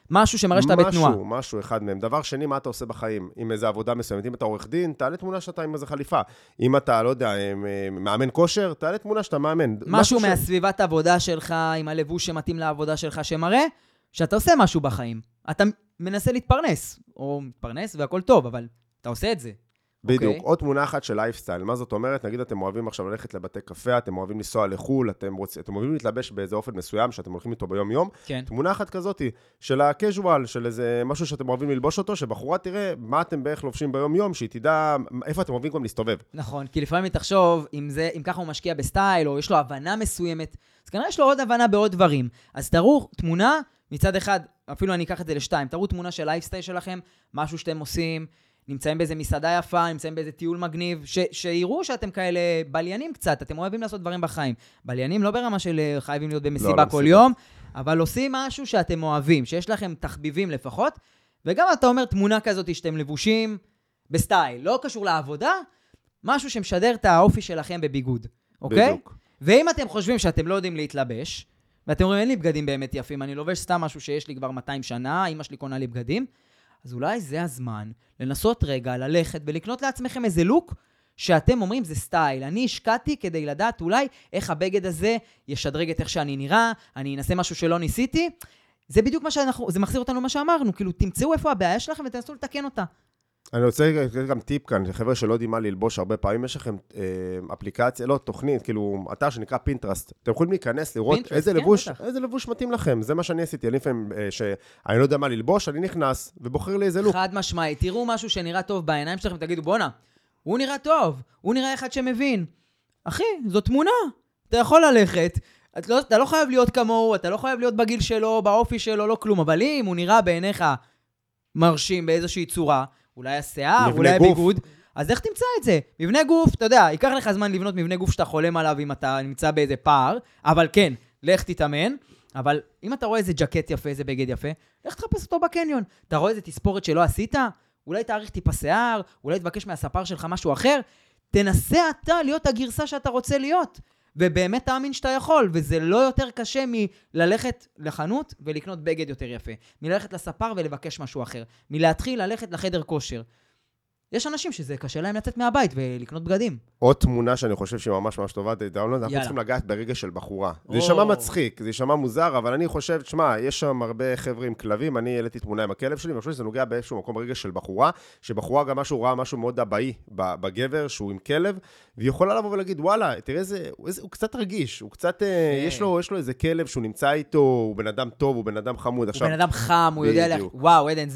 משהו שמראה שאתה בתנועה. משהו אחד מהם. דבר שני, מה אתה עושה בחיים? עם איזו עבודה מסוימת. אם אתה עורך דין, תעלה תמונה שאתה עם איזו חליפה. אם אתה, לא יודע, מאמן כושר, תעלה תמונה שאתה מאמן. משהו מהסביבת העבודה שלך, עם הלבוש שמתאים לעבודה שלך, שמראה שאתה עושה משהו בחיים. אתה מנסה להתפרנס, או מתפרנס והכל טוב, אבל אתה עושה את זה. בדיוק. עוד תמונה אחת של לייפסטייל. מה זאת אומרת? נגיד, אתם אוהבים עכשיו ללכת לבתי קפה, אתם אוהבים לנסוע לחול, אתם אוהבים להתלבש באיזה אופן מסוים שאתם הולכים איתו ביום-יום. כן. תמונה אחת כזאת של הקז'ואל, של איזה משהו שאתם אוהבים ללבוש אותו, שבחורה תראה מה אתם בערך לובשים ביום-יום, שהיא תדע איפה אתם אוהבים גם להסתובב. נכון, כי לפעמים תחשוב, אם ככה הוא משקיע בסטייל, או יש לו הבנה מסוימת, אז כנראה יש לו עוד הבנה בעוד דברים. אז תראו תמונה, מצד אחד, אפילו אני אקח את זה לשתיים, תראו תמונה של לייפסטייל שלכם, משהו שאתם עושים, נמצאים באיזה מסעדה יפה, נמצאים באיזה טיול מגניב, שיראו שאתם כאלה בליינים קצת, אתם אוהבים לעשות דברים בחיים. בליינים לא ברמה של חייבים להיות במסיבה כל יום, אבל עושים משהו שאתם אוהבים, שיש לכם תחביבים לפחות, וגם אתה אומר תמונה כזאת שאתם לבושים בסטייל, לא קשור לעבודה, משהו שמשדר את האופי שלכם בביגוד, אוקיי? בדיוק. ואם אתם חושבים שאתם לא יודעים להתלבש, ואתם אומרים, אין לי בגדים באמת יפים, אני לובש סתם משהו שיש לי כבר 200 שנה, אמא שלי קונה לי בגדים, אז אולי זה הזמן לנסות רגע, ללכת ולקנות לעצמכם איזה לוק שאתם אומרים זה סטייל. אני השקעתי כדי לדעת אולי איך הבגד הזה ישדרג את איך שאני נראה, אני אנסה משהו שלא ניסיתי. זה בדיוק מה זה מחזיר אותנו מה שאמרנו, כאילו תמצאו איפה הבעיה שלכם ותנסו לתקן אותה. אני רוצה לתת גם טיפ כאן, חבר'ה שלא יודעים מה ללבוש הרבה פעמים, יש לכם אפליקציה, לא, תוכנית, כאילו, אתר שנקרא פינטרסט. אתם יכולים להיכנס, לראות איזה לבוש מתאים לכם. זה מה שאני עשיתי. אני לפעמים, שאני לא יודע מה ללבוש, אני נכנס ובוחר לי איזה לוק. חד משמעי, תראו משהו שנראה טוב בעיניים שלכם, תגידו, בונה, הוא נראה טוב, הוא נראה אחד שמבין. אחי, זו תמונה. אתה יכול ללכת, אתה לא חייב להיות כמוהו, אתה לא חייב להיות בגיל שלו, באופי שלו, לא כלום, אבל אם הוא נראה בעיניך מרשים באיזושהי צורה, אולי השיער, אולי הביגוד, אז איך תמצא את זה? מבנה גוף, אתה יודע, ייקח לך זמן לבנות מבנה גוף שאתה חולם עליו אם אתה נמצא באיזה פער, אבל כן, לך תתאמן, אבל אם אתה רואה איזה ג'קט יפה, איזה בגד יפה, לך תחפש אותו בקניון. אתה רואה איזה תספורת שלא עשית? אולי תאריך טיפה שיער, אולי תבקש מהספר שלך משהו אחר, תנסה אתה להיות הגרסה שאתה רוצה להיות, ובאמת תאמין שאתה יכול, וזה לא יותר קשה מללכת לחנות ולקנות בגד יותר יפה, מללכת לספר ולבקש משהו אחר, מלהתחיל ללכת לחדר כושר. יש אנשים שזה קשה להם לצאת מהבית ולקנות בגדים. עוד תמונה שאני חושב שהיא ממש ממש טובה, אנחנו צריכים לגעת ברגע של בחורה. זה יישמע מצחיק, זה יישמע מוזר, אבל אני חושב, תשמע, יש שם הרבה חבר'ה עם כלבים, אני העליתי תמונה עם הכלב שלי, ואני חושב שזה נוגע באיזשהו מקום ברגע של בחורה, שבחורה גם רואה משהו מאוד אבאי בגבר, שהוא עם כלב, והיא יכולה לבוא ולהגיד, וואלה, תראה הוא קצת רגיש, הוא קצת, יש לו איזה כלב שהוא נמצא איתו, הוא בן אדם טוב, הוא בן אדם חמוד. הוא בן אדם חם, הוא יודע, וואו, עדן,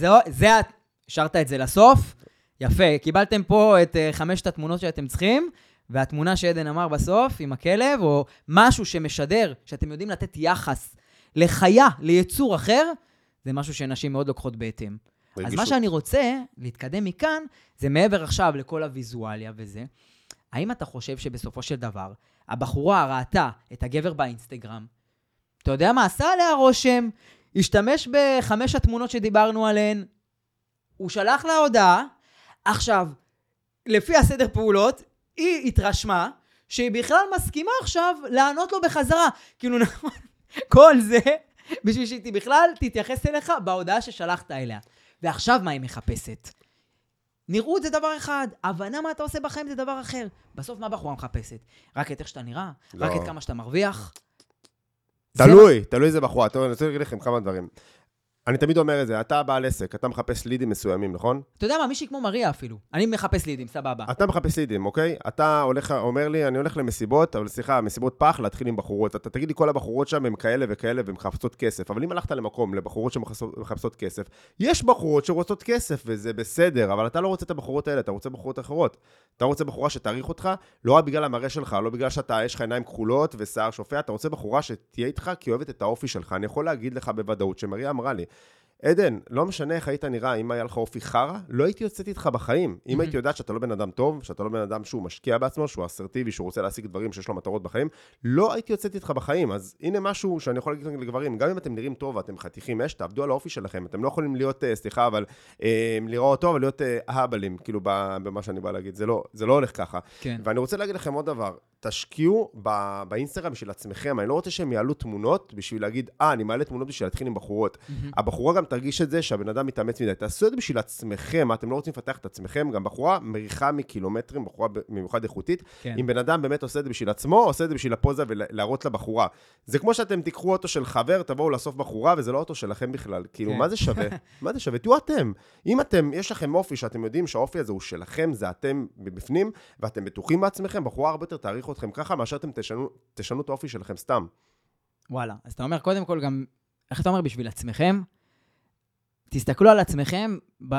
השארת את זה לסוף. יפה, קיבלתם פה את 5 התמונות שאתם צריכים, והתמונה שעדן אמר בסוף עם הכלב, או משהו שמשדר, שאתם יודעים לתת יחס לחיה, ליצור אחר, זה משהו שנשים מאוד לוקחות בהתאם. אז מה שאני רוצה להתקדם מכאן, זה מעבר עכשיו לכל הוויזואליה וזה. האם אתה חושב שבסופו של דבר, הבחורה ראתה את הגבר באינסטגרם, אתה יודע מה עשה עליה רושם, השתמש ב5 התמונות שדיברנו עליהן, הוא שלח לה הודעה, עכשיו, לפי הסדר פעולות, היא התרשמה שהיא בכלל מסכימה עכשיו לענות לו בחזרה. כאילו, נכון, כל זה, בשביל שהיא בכלל תתייחס אליך בהודעה ששלחת אליה. ועכשיו מה היא מחפשת? נראות זה דבר אחד, הבנה מה אתה עושה בחיים זה דבר אחר. בסוף מה בחורה מחפשת? רק את איך שאתה נראה? לא. רק את כמה שאתה מרוויח? תלוי איזה בחורה. אני רוצה להגיד לכם כמה דברים. אני תמיד אומר את זה, אתה בעל עסק, אתה מחפש לידים מסוימים, נכון? אתה יודע מה, מישהי כמו מריה אפילו. אני מחפש לידים, סבבה. אתה מחפש לידים, אוקיי? אתה אומר לי, אני הולך למסיבות, אבל סליחה, מסיבות פח, להתחיל עם בחורות. אתה תגיד לי, כל הבחורות שם הם כאלה וכאלה, והן מחפשות כסף. אבל אם הלכת למקום, לבחורות שמחפשות כסף, יש בחורות שרוצות כסף, וזה בסדר, אבל אתה לא רוצה את הבחורות האלה, אתה רוצה בחורות אחרות. אתה רוצה בחורה שתאריך אותך, לא רק בגלל המראה שלך, לא בגלל יש לך עיניים כחולות ושיער שופע, אתה רוצה בחורה שתהיה איתך כי אוהבת את האופי שלך. אני יכול להגיד לך בוודאות שמריה אמרה לי, עדן, לא משנה איך היית נראה, אם היה לך אופי חרה, לא הייתי יוצאת איתך בחיים. אם הייתי יודעת שאתה לא בן אדם טוב, שאתה לא בן אדם שהוא משקיע בעצמו, שהוא אסרטיבי, שהוא רוצה להשיג דברים שיש לו מטרות בחיים, לא הייתי יוצאת איתך בחיים. אז הנה משהו שאני יכול להגיד לגברים, גם אם אתם נראים טוב ואתם חתיכים אש, תעבדו על האופי שלכם. אתם לא יכולים להיות, סליחה, אבל לראות טוב, אבל להיות אהבלים, כאילו במה שאני בא להגיד. זה לא הולך ככה. כן. ואני רוצה להגיד לכם עוד דבר. תשקיעו באינסטגרם של עצמכם. אני לא רוצה שהם יעלו תמונות בשביל להגיד, אני מעלה תמונות בשביל להתחיל עם בחורות. הבחורה גם תרגיש את זה שהבן אדם מתאמץ מדי. תעשו את זה בשביל עצמכם, אתם לא רוצים לפתח את עצמכם, גם בחורה מריחה מקילומטרים, בחורה במיוחד איכותית, כן. אם בן אדם באמת עושה את זה בשביל עצמו, עושה את זה בשביל הפוזה ולהראות לבחורה. זה כמו שאתם תיקחו אוטו של חבר, תבואו לאסוף בחורה, וזה לא אוטו שלכם בכלל. כאילו, כן. מה זה שווה? מה זה שווה? תהיו אתם. אם אתם, יש לכם אופי שאתם יודעים שהאופי הזה הוא שלכם, זה אתם בפנים, ואתם בטוחים בעצמכם, בחורה הרבה יותר תעריך אתכם ככה, מאשר אתם תשנו את האופי שלכם סתם. וואלה. אז אתה אומר, קודם כל גם, איך אתה אומר, בשביל עצמכם, תסתכלו על עצמכם,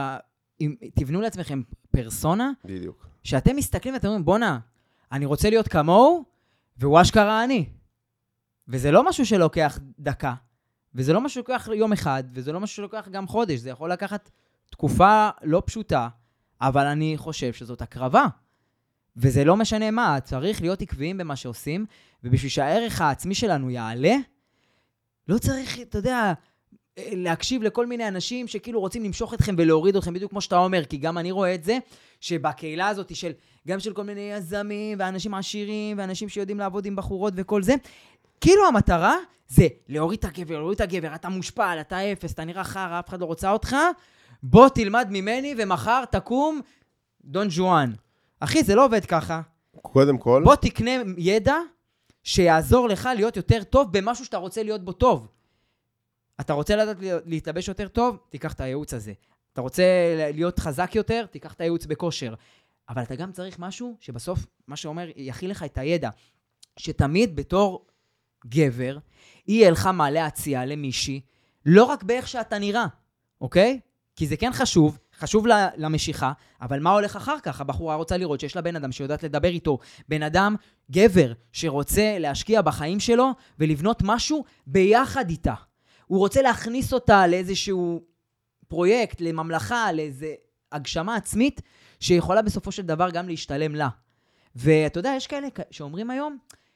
תבנו לעצמכם פרסונה, בדיוק. שאתם מסתכלים ואתם אומרים, בונה, אני רוצה להיות כמוהו, והוא אשכרה אני. וזה לא משהו שלוקח דקה, וזה לא משהו שלוקח יום אחד, וזה לא משהו שלוקח גם חודש, זה יכול לקחת תקופה לא פשוטה, אבל אני חושב שזאת הקרבה. וזה לא משנה מה, צריך להיות עקביים במה שעושים, ובשביל שהערך העצמי שלנו יעלה, לא צריך, אתה יודע, להקשיב לכל מיני אנשים שכאילו רוצים למשוך אתכם ולהוריד אתכם, בדיוק כמו שאתה אומר, כי גם אני רואה את זה, שבקהילה הזאת של, גם של כל מיני יזמים, ואנשים עשירים, ואנשים שיודעים לעבוד עם בחורות וכל זה, כאילו המטרה זה להוריד את הגבר, אתה מושפל, אתה אפס, אתה נראה חר, אף אחד לא רוצה אותך, בוא תלמד ממני ומחר תקום דון ג'ואן. אחי, זה לא עובד ככה. קודם כל. בוא תקנה ידע שיעזור לך להיות יותר טוב במשהו שאתה רוצה להיות בו טוב. אתה רוצה לדעת להתלבש יותר טוב? תיקח את הייעוץ הזה. אתה רוצה להיות חזק יותר? תיקח את הייעוץ בכושר. אבל אתה גם צריך משהו שבסוף, מה שאומר, יכיל לך את הידע. שתמיד בתור גבר, יהיה לך מעלה הציעה למישהי, לא רק באיך שאתה נראה, אוקיי? כי זה כן חשוב למשיכה, אבל מה הולך אחר כך? הבחורה רוצה לראות שיש לה בן אדם שיודעת לדבר איתו, בן אדם, גבר, שרוצה להשקיע בחיים שלו, ולבנות משהו ביחד איתה. הוא רוצה להכניס אותה לאיזשהו פרויקט, לממלכה, לאיזו הגשמה עצמית, שיכולה בסופו של דבר גם להשתלם לה. ואתה יודע, יש כאלה שאומרים היום,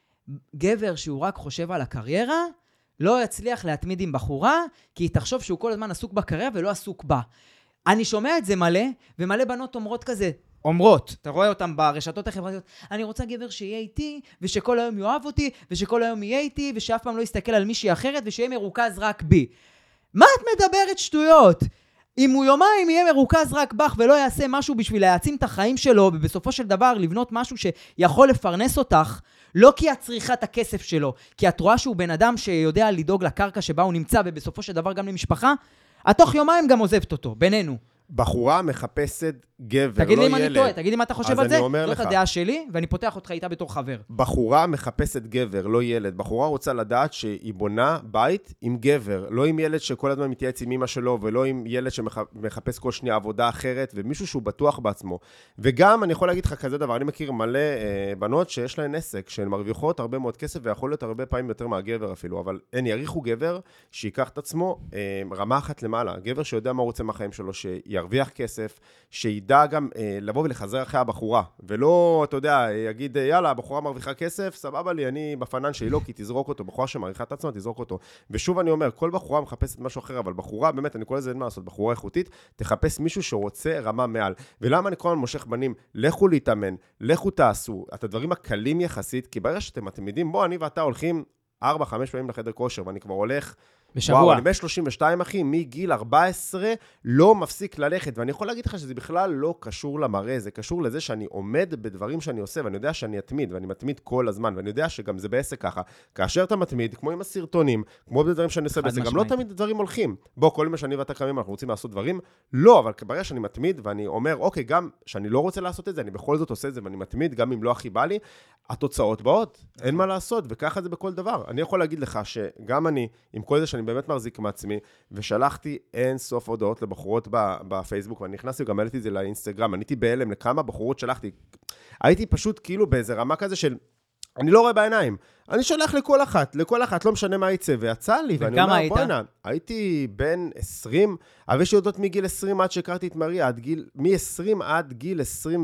גבר שהוא רק חושב על הקריירה, לא יצליח להתמיד עם בחורה, כי היא תחשוב שהוא כל הזמן עסוק בקריירה ולא עסוק בה. אני שומע את זה מלא, ומלא בנות אומרות כזה, אתה רואה אותם ברשתות החברתיות, אני רוצה גבר שיהיה איתי, ושכל היום יאהב אותי, ושכל היום יהיה איתי, ושאף פעם לא יסתכל על מישהי אחרת, ושיהיה מרוכז רק בי. מה את מדברת שטויות? אם הוא יומיים יהיה מרוכז רק בך, ולא יעשה משהו בשביל להעצים את החיים שלו, ובסופו של דבר לבנות משהו שיכול לפרנס אותך, לא כי את צריכה את הכסף שלו, כי את רואה שהוא בן אדם שיודע לדאוג לקרקע שבה הוא נמצא, ובסופו של דבר גם למשפחה, את תוך יומיים גם עוזבת אותו, בינינו. בחורה מחפשת גבר, תגיד לא לי אם ילד. אני טועה, תגיד לי מה אתה חושב על זה, זאת לך. הדעה שלי, ואני פותח אותך איתה בתור חבר. בחורה מחפשת גבר, לא ילד. בחורה רוצה לדעת שהיא בונה בית עם גבר, לא עם ילד שכל הזמן מתייעץ עם אמא שלו, ולא עם ילד שמחפש כל שנייה עבודה אחרת, ומישהו שהוא בטוח בעצמו. וגם, אני יכול להגיד לך כזה דבר, אני מכיר מלא בנות שיש להן עסק, שהן מרוויחות הרבה מאוד כסף, ויכול להיות הרבה פעמים יותר מהגבר אפילו, אבל הן יריחו גבר שיקח את עצמו רמה אחת למעלה. גבר שיודע מה הוא רוצה מהחיים שלו, שירוויח כסף, שידע גם לבוא ולחזר אחרי הבחורה, ולא, אתה יודע, יגיד, יאללה, הבחורה מרוויחה כסף, סבבה לי, אני בפנן שלי לא, כי תזרוק אותו, בחורה שמעריכה את עצמה, תזרוק אותו. ושוב אני אומר, כל בחורה מחפשת משהו אחר, אבל בחורה, באמת, אני קורא לזה אין מה לעשות, בחורה איכותית, תחפש מישהו שרוצה רמה מעל. ולמה אני כל הזמן מושך בנים? לכו להתאמן, לכו תעשו, את הדברים הקלים יחסית, כי ברגע שאתם מתמידים, בוא, אני ואתה הולכים 4-5 פעמים לחדר כושר, ואני כבר הולך בשבוע. וואו, אני בין 32, אחי, מגיל 14 לא מפסיק ללכת, ואני יכול להגיד לך שזה בכלל לא קשור למראה, זה קשור לזה שאני עומד בדברים שאני עושה, ואני יודע שאני אתמיד, ואני מתמיד כל הזמן, ואני יודע שגם זה בעסק ככה. כאשר אתה מתמיד, כמו עם הסרטונים, כמו בדברים שאני עושה בעסק, גם לא תמיד דברים הולכים. בוא, כל מה שאני ואתה קמים, אנחנו רוצים לעשות דברים, לא, אבל ברגע שאני מתמיד, ואני אומר, אוקיי, גם שאני לא רוצה לעשות את זה, אני בכל זאת עושה את זה, ואני מתמיד, גם אם לא הכי בא לי, התוצאות באות, אין מה לעשות, וככה זה בכל דבר. אני יכול להגיד לך שגם אני, עם כל זה שאני באמת מחזיק מעצמי, ושלחתי אין סוף הודעות לבחורות בפייסבוק, ואני נכנסתי וגם העליתי את זה לאינסטגרם, אני הייתי בהלם לכמה בחורות שלחתי, הייתי פשוט כאילו באיזה רמה כזה של, אני לא רואה בעיניים, אני שולח לכל אחת, לא משנה מה יצא, ויצא לי, ואני אומר, בוא'נה, הייתי בין 20, אבל יש יודעות מגיל 20 עד שהכרתי את מריה, מ-20 עד גיל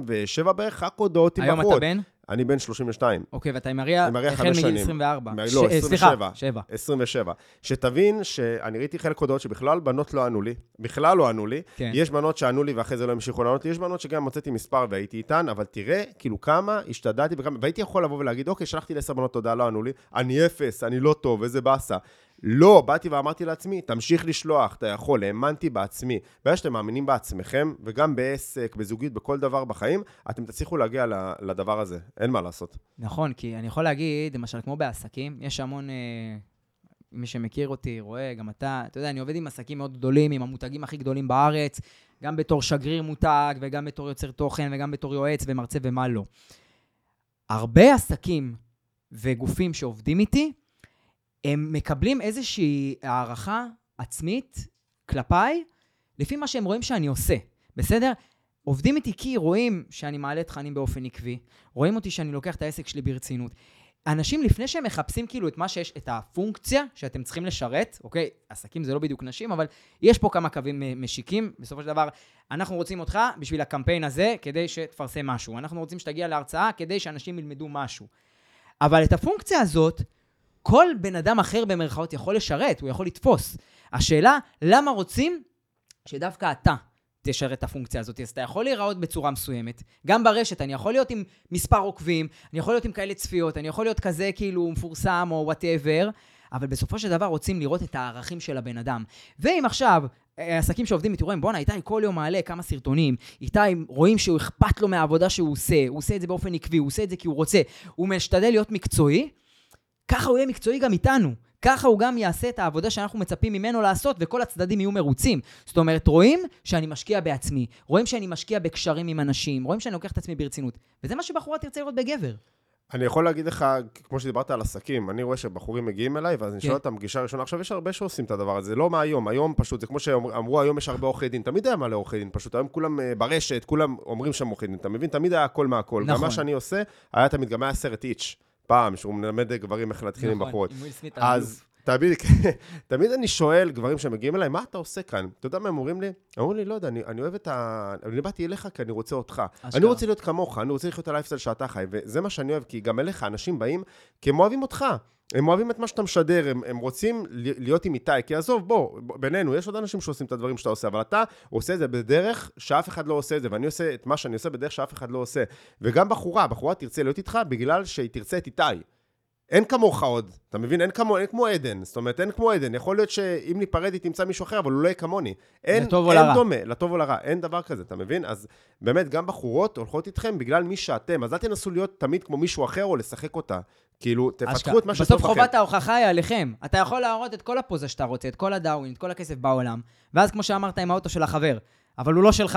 27 בערך, רק הודעות עם בחורות. היום אתה בן? אני בן 32. אוקיי, ואתה עם מריה החל מגיל 24. לא, 27. שתבין שאני ראיתי חלק הודעות שבכלל בנות לא ענו לי, יש בנות שענו לי ואחרי זה לא המשיכו לענות לי, יש בנות שגם מצאתי מספר והייתי איתן, אבל תראה כאילו כמה השתדלתי, והייתי יכול לבוא ולהגיד, אוקיי, שלחתי ל10 בנות תודה, לא ענו לי, אני אפס, אני לא טוב, איזה באסה. לא, באתי ואמרתי לעצמי, תמשיך לשלוח, אתה יכול, האמנתי בעצמי. ברגע שאתם מאמינים בעצמכם, וגם בעסק, בזוגיות, בכל דבר בחיים, אתם תצליחו להגיע לדבר הזה. אין מה לעשות. נכון, כי אני יכול להגיד, למשל, כמו בעסקים, יש המון, מי שמכיר אותי, רואה, גם אתה יודע, אני עובד עם עסקים מאוד גדולים, עם המותגים הכי גדולים בארץ, גם בתור שגריר מותג, וגם בתור יוצר תוכן, וגם בתור יועץ ומרצה ומה לא. הרבה עסקים וגופים שעובדים איתי, הם מקבלים איזושהי הערכה עצמית כלפיי, לפי מה שהם רואים שאני עושה, בסדר? עובדים איתי כי רואים שאני מעלה תכנים באופן עקבי, רואים אותי שאני לוקח את העסק שלי ברצינות. אנשים לפני שהם מחפשים כאילו את מה שיש, את הפונקציה שאתם צריכים לשרת, אוקיי? עסקים זה לא בדיוק נשים, אבל יש פה כמה קווים משיקים. בסופו של דבר, אנחנו רוצים אותך בשביל הקמפיין הזה, כדי שתפרסם משהו. אנחנו רוצים שתגיע להרצאה כדי שאנשים ילמדו משהו. אבל את הפונקציה הזאת, כל בן אדם אחר במרכאות יכול לשרת, הוא יכול לתפוס. השאלה, למה רוצים שדווקא אתה תשרת את הפונקציה הזאת? אז אתה יכול להיראות בצורה מסוימת. גם ברשת, אני יכול להיות עם מספר עוקבים, אני יכול להיות עם כאלה צפיות, אני יכול להיות כזה כאילו מפורסם או whatever, אבל בסופו של דבר רוצים לראות את הערכים של הבן אדם. ואם עכשיו, עסקים שעובדים איתי רואים, בוא'נה, איתי כל יום מעלה כמה סרטונים, איתי רואים שהוא אכפת לו מהעבודה שהוא עושה, הוא עושה את זה באופן עקבי, הוא עושה את זה כי הוא רוצה, הוא משתדל להיות מקצועי, ככה הוא יהיה מקצועי גם איתנו. ככה הוא גם יעשה את העבודה שאנחנו מצפים ממנו לעשות, וכל הצדדים יהיו מרוצים. זאת אומרת, רואים שאני משקיע בעצמי, רואים שאני משקיע בקשרים עם אנשים, רואים שאני לוקח את עצמי ברצינות. וזה מה שבחורה תרצה לראות בגבר. אני יכול להגיד לך, כמו שדיברת על עסקים, אני רואה שבחורים מגיעים אליי, ואז אני שואל אותם פגישה ראשונה. עכשיו יש הרבה שעושים את הדבר הזה, לא מהיום, היום פשוט, זה כמו שאמרו, היום יש הרבה עורכי דין, תמיד היה מלא עורכי דין, פשוט היום כולם ברשת, כולם אומרים שם עורכי דין, אתה מבין? תמיד היה הכל מהכל. גם מה שאני עושה, היה תמיד, גם היה סרט איץ' פעם, שהוא מלמד גברים איך להתחיל עם בחורות. אז תמיד אני שואל גברים שמגיעים אליי, מה אתה עושה כאן? אתה יודע מה הם אומרים לי? אמרו לי, לא יודע, אני אוהב אני באתי אליך כי אני רוצה אותך. אני רוצה להיות כמוך, אני רוצה לחיות את הלייפסטייל שאתה חי, וזה מה שאני אוהב, כי גם אליך אנשים באים, כי הם אוהבים אותך. הם אוהבים את מה שאתה משדר, הם רוצים להיות עם איתי, כי עזוב, בוא, בינינו, יש עוד אנשים שעושים את הדברים שאתה עושה, אבל אתה עושה את זה בדרך שאף אחד לא עושה את זה, ואני עושה את מה שאני עושה בדרך שאף אחד לא עושה. וגם בחורה תרצה להיות איתך בגלל שהיא תרצה את איתי. אין כמוך עוד, אתה מבין? אין כמו עדן, זאת אומרת, אין כמו עדן. יכול להיות שאם ניפרד היא תמצא מישהו אחר, אבל הוא לא יהיה כמוני. אין דומה, לטוב או לרע, אין דבר כזה, אתה מבין? אז באמת, גם בחורות הולכות איתכם בגלל מי שאתם, אז אל תנסו להיות תמיד כמו מישהו אחר או לשחק אותה. כאילו, תפתחו את מה שטוב בסוף חובת ההוכחה היא עליכם. אתה יכול להראות את כל הפוזה שאתה רוצה, את כל הדאווין, את כל הכסף בעולם, ואז כמו שאמרת עם האוטו של החבר, אבל הוא לא שלך.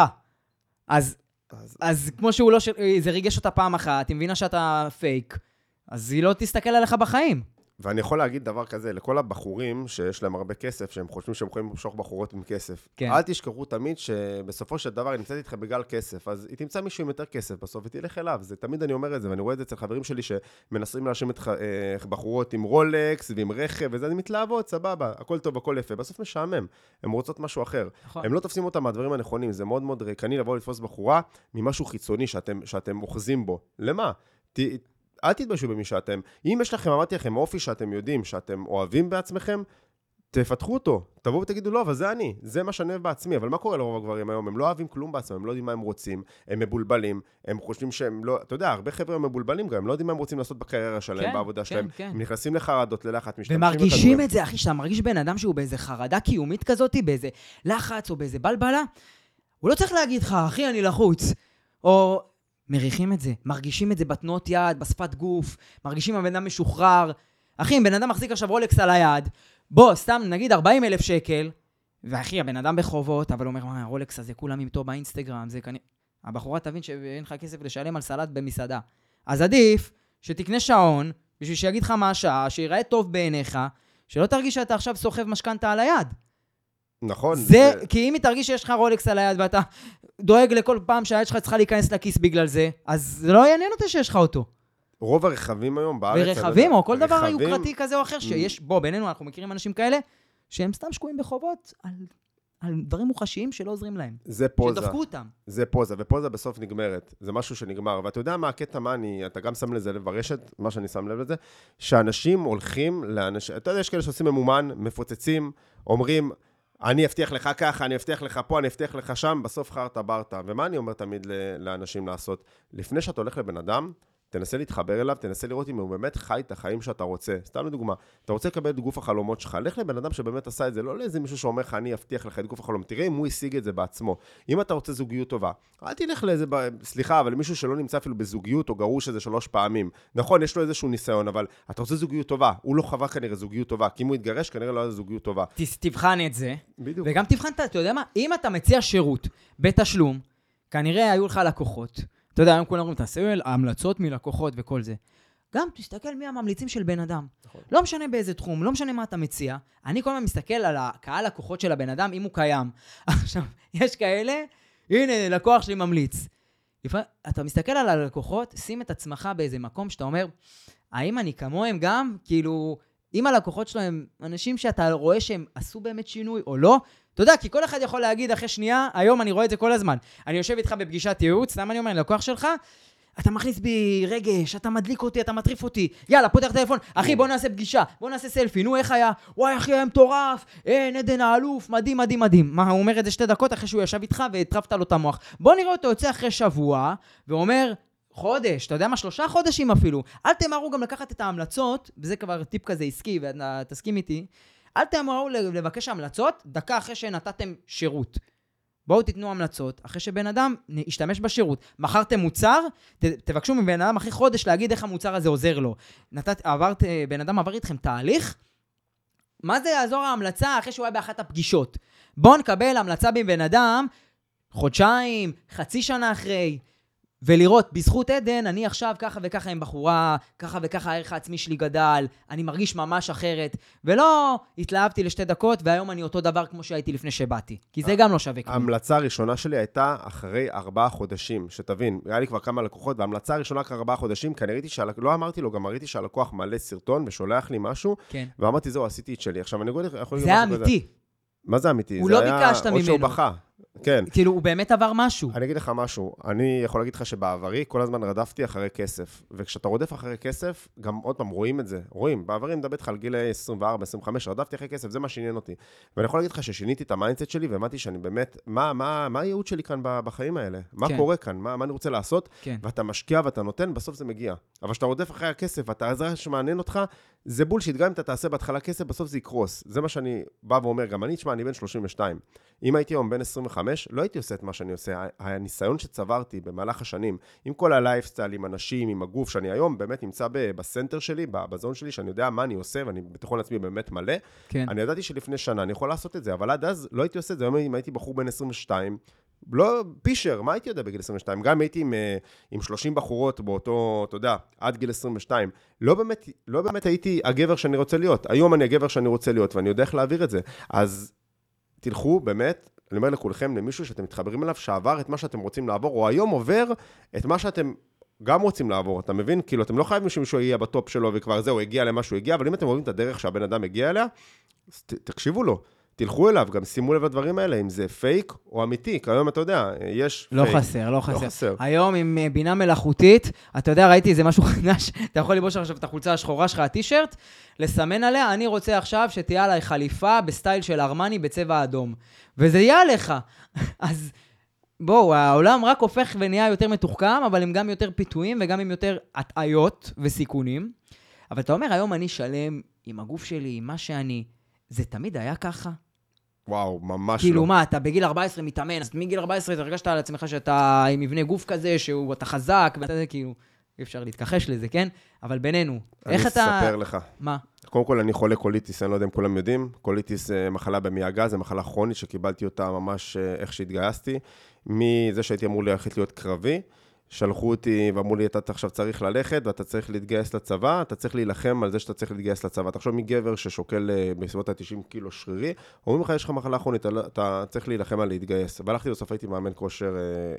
אז כמו שהוא לא זה ריגש אותה פעם אחת, היא מבינה שאתה פייק. אז היא לא תסתכל עליך בחיים. ואני יכול להגיד דבר כזה, לכל הבחורים שיש להם הרבה כסף, שהם חושבים שהם יכולים למשוך בחורות עם כסף. כן. אל תשכחו תמיד שבסופו של דבר היא נמצאת איתך בגלל כסף, אז היא תמצא מישהו עם יותר כסף בסוף, ותלך אליו. זה תמיד אני אומר את זה, ואני רואה את זה אצל חברים שלי שמנסים להאשים את בחורות עם רולקס ועם רכב, וזה אני מתלהבות, סבבה, הכל טוב, הכל יפה. בסוף משעמם, הם רוצות משהו אחר. נכון. הם לא תופסים אותם מהדברים הנכונים, זה מאוד מאוד ריקני לבוא לתפוס בחורה ממשהו חיצוני שאתם אוחזים בו. למה? אל תתביישו במי שאתם. אם יש לכם, אמרתי לכם, אופי שאתם יודעים, שאתם אוהבים בעצמכם, תפתחו אותו. תבואו ותגידו, לא, אבל זה אני. זה מה שאני אוהב בעצמי. אבל מה קורה לרוב הגברים היום? הם לא אוהבים כלום בעצמם, הם לא יודעים מה הם רוצים, הם מבולבלים, הם חושבים שהם לא... אתה יודע, הרבה חבר'ה הם מבולבלים גם, הם לא יודעים מה הם רוצים לעשות בקריירה שלהם, בעבודה שלהם. הם נכנסים לחרדות, ללחץ, משתמשים ומרגישים את זה, אחי, שאתה מרגיש בן אדם שהוא באיזה חרדה קיומית כזאת, באיזה לחץ או באיזה בלבלה, הוא לא צריך להגיד לך, אחי, אני לחוץ. או מריחים את זה, מרגישים את זה בתנועות יד, בשפת גוף, מרגישים הבן אדם משוחרר. אחי, אם בן אדם מחזיק עכשיו רולקס על היד, בוא, סתם נגיד 40,000 שקל, ואחי, הבן אדם בחובות, אבל אומר, מה, הרולקס הזה כולם איתו באינסטגרם, זה כנראה... הבחורה תבין שאין לך כסף לשלם על סלט במסעדה. אז עדיף שתקנה שעון, בשביל שיגיד לך מה השעה, שיראה טוב בעיניך, שלא תרגיש שאתה עכשיו סוחב משכנתה על היד. נכון. כי אם היא תרגיש שיש לך רולקס על היד ואתה דואג לכל פעם שהיד שלך צריכה להיכנס לכיס בגלל זה, אז זה לא יעניין אותה שיש לך אותו. רוב הרכבים היום בארץ... ורכבים או כל דבר יוקרתי כזה או אחר שיש, בוא, בינינו אנחנו מכירים אנשים כאלה, שהם סתם שקועים בחובות על דברים מוחשיים שלא עוזרים להם. זה פוזה. שדפקו אותם. זה פוזה, ופוזה בסוף נגמרת. זה משהו שנגמר. ואתה יודע מה הקטע, אתה גם שם לזה לב ברשת, מה שאני שם לב לזה, שאנשים הולכים לאנשים... אתה יודע, יש כאלה שעושים ממומן, מפוצצים, אומרים... אני אבטיח לך ככה, אני אבטיח לך פה, אני אבטיח לך שם, בסוף חרת ברטה. ומה אני אומר תמיד לאנשים לעשות? לפני שאתה הולך לבן אדם, תנסה להתחבר אליו, תנסה לראות אם הוא באמת חי את החיים שאתה רוצה. סתם לדוגמה, אתה רוצה לקבל את גוף החלומות שלך, לך לבן אדם שבאמת עשה את זה, לא לאיזה מישהו שאומר לך, אני אבטיח לך את גוף החלום. תראה אם הוא השיג את זה בעצמו. אם אתה רוצה זוגיות טובה, אל תלך לאיזה, סליחה, אבל מישהו שלא נמצא אפילו בזוגיות או גרוש איזה 3 פעמים. נכון, יש לו איזשהו ניסיון, אבל אתה רוצה זוגיות טובה. הוא לא חווה כנראה זוגיות טובה, כי אם הוא יתגרש, כנראה לא היה זוגיות טובה. תבחן את זה. בדיוק. וגם תבחן, אתה יודע מה? אם אתה מציע שירות בתשלום, כנראה היו לך לקוחות. אתה יודע, היום כולם אומרים, תעשה המלצות מלקוחות וכל זה. גם תסתכל מי הממליצים של בן אדם. נכון. לא משנה באיזה תחום, לא משנה מה אתה מציע. אני כל הזמן מסתכל על הקהל לקוחות של הבן אדם, אם הוא קיים. עכשיו, יש כאלה, הנה, לקוח שלי ממליץ. אתה מסתכל על הלקוחות, שים את עצמך באיזה מקום שאתה אומר, האם אני כמוהם גם? כאילו, אם הלקוחות שלהם אנשים שאתה רואה שהם עשו באמת שינוי או לא, אתה יודע, כי כל אחד יכול להגיד אחרי שנייה, היום אני רואה את זה כל הזמן. אני יושב איתך בפגישת ייעוץ, למה אני אומר, לקוח שלך, אתה מכניס בי רגש, אתה מדליק אותי, אתה מטריף אותי, יאללה, פותח טלפון, אחי, בוא נעשה פגישה, בוא נעשה סלפי, נו, איך היה? וואי, אחי, היה מטורף, עדן האלוף, מדהים, מדהים, מדהים. מה, הוא אומר את זה 2 דקות אחרי שהוא ישב איתך והטרפת לו את המוח. בוא נראה אותו יוצא אחרי שבוע, ואומר, חודש, אתה יודע מה, 3 חודשים אפילו. אל תמהרו גם לקחת את ההמלצות, וזה כבר טיפ כזה עסקי, ותסכים איתי, אל תמהרו לבקש המלצות, דקה אחרי שנתתם שירות. בואו תיתנו המלצות, אחרי שבן אדם ישתמש בשירות. מכרתם מוצר, תבקשו מבן אדם אחרי חודש להגיד איך המוצר הזה עוזר לו. בן אדם עבר איתכם תהליך, מה זה יעזור ההמלצה אחרי שהוא היה באחת הפגישות? בואו נקבל המלצה מבן אדם, חודשיים, חצי שנה אחרי, ולראות, בזכות עדן, אני עכשיו ככה וככה עם בחורה, ככה וככה הערך העצמי שלי גדל, אני מרגיש ממש אחרת, ולא התלהבתי ל2 דקות, והיום אני אותו דבר כמו שהייתי לפני שבאתי, כי זה גם לא שווה כלום. ההמלצה הראשונה שלי הייתה אחרי 4 חודשים, שתבין, היה לי כבר כמה לקוחות, וההמלצה הראשונה אחרי 4 חודשים, כי אני ראיתי לא אמרתי לו, גם ראיתי שהלקוח מעלה סרטון ושולח לי משהו, כן. ואמרתי, זהו, עשיתי את שלי. עכשיו, אני זה אמיתי. מה זה אמיתי? הוא לא ביקשת ממנו. או שהוא בכה. כן. כאילו, הוא באמת עבר משהו. אני אגיד לך משהו. אני יכול להגיד לך שבעברי כל הזמן רדפתי אחרי כסף. וכשאתה רודף אחרי כסף, גם עוד פעם רואים את זה. רואים, בעברי מדבר לך על גיל 24, 25, רדפתי אחרי כסף, זה מה שעניין אותי. ואני יכול להגיד לך ששיניתי את המיינדסט שלי, והבנתי שאני באמת, מה הייעוד שלי כאן בחיים האלה? מה קורה כאן? מה אני רוצה לעשות? ואתה משקיע ואתה נותן, בסוף זה מגיע. אבל כשאתה רודף אחרי הכסף, ואתה עזרה שמעניין אותך, זה בולשיט, גם אם אתה תעשה בהתחלה כסף, בסוף זה יקרוס. זה מה שאני בא ואומר, גם אני, תשמע, אני בן 32. אם הייתי היום בן 25, לא הייתי עושה את מה שאני עושה. הניסיון שצברתי במהלך השנים, עם כל הלייפסטייל, עם אנשים, עם הגוף, שאני היום באמת נמצא בסנטר שלי, בזון שלי, שאני יודע מה אני עושה, ואני בתוכון לעצמי באמת מלא. כן. אני ידעתי שלפני שנה אני יכול לעשות את זה, אבל עד אז לא הייתי עושה את זה. היום אם הייתי בחור בן 22, לא פישר, מה הייתי יודע בגיל 22? גם הייתי עם 30 בחורות באותו, אתה יודע, עד גיל 22. לא באמת הייתי הגבר שאני רוצה להיות. היום אני הגבר שאני רוצה להיות, ואני יודע איך להעביר את זה. אז תלכו באמת, אני אומר לכולכם, למישהו שאתם מתחברים אליו, שעבר את מה שאתם רוצים לעבור, או היום עובר את מה שאתם גם רוצים לעבור. אתה מבין? כאילו, אתם לא חייבים שמישהו יהיה בטופ שלו, וכבר זהו, הגיע למה שהוא הגיע, אבל אם אתם רואים את הדרך שהבן אדם הגיע אליה, אז תקשיבו לו. תלכו אליו, גם שימו לב לדברים האלה, אם זה פייק או אמיתי, כי היום אתה יודע, יש לא פייק. לא חסר. היום עם בינה מלאכותית, אתה יודע, ראיתי איזה משהו חדש, אתה יכול לבוש עכשיו את החולצה השחורה שלך, הטישרט, לסמן עליה, אני רוצה עכשיו שתהיה עליי חליפה בסטייל של ארמני בצבע אדום, וזה יהיה עליך. אז בואו, העולם רק הופך ונהיה יותר מתוחכם, אבל הם גם יותר פיתויים וגם עם יותר הטעיות וסיכונים. אבל אתה אומר, היום אני שלם עם הגוף שלי, עם מה שאני, זה תמיד היה ככה? וואו, ממש כאילו, לא. כאילו מה, אתה בגיל 14 מתאמן, אז מגיל 14 אתה הרגשת על עצמך שאתה עם מבנה גוף כזה, שאתה חזק, ואתה זה כאילו, אי אפשר להתכחש לזה, כן? אבל בינינו, איך אתה... אני אספר לך. מה? קודם כל, אני חולה קוליטיס, אני לא יודע אם כולם יודעים. קוליטיס מחלה במעי זה מחלה כרונית שקיבלתי אותה ממש איך שהתגייסתי. מזה שהייתי אמור ללכת להיות קרבי, שלחו אותי ואמרו לי, אתה עכשיו צריך ללכת, ואתה צריך להתגייס לצבא, אתה צריך להילחם על זה שאתה צריך להתגייס לצבא. תחשוב מגבר ששוקל בסביבות ה-90 קילו שרירי, אומרים לך, יש לך מחלה כרונית, אתה צריך להילחם על להתגייס. והלכתי בסוף, הייתי מאמן כושר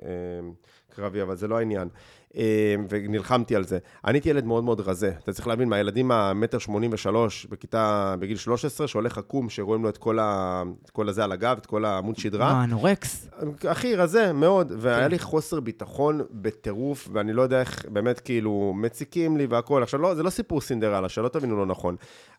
קרבי, אבל זה לא העניין. ונלחמתי על זה. אני הייתי ילד מאוד מאוד רזה. אתה צריך להבין, מהילדים ה-1.83 בכיתה, בגיל 13, שהולך עקום, שרואים לו את כל הזה על הגב, את כל העמוד שדרה. אנורקס. הכי רזה מאוד, והיה לי חוסר ביטחון בטירוף, ואני לא יודע איך באמת כאילו מציקים לי והכל. עכשיו, זה לא סיפור סינדרלה, שלא תבינו לא נכון.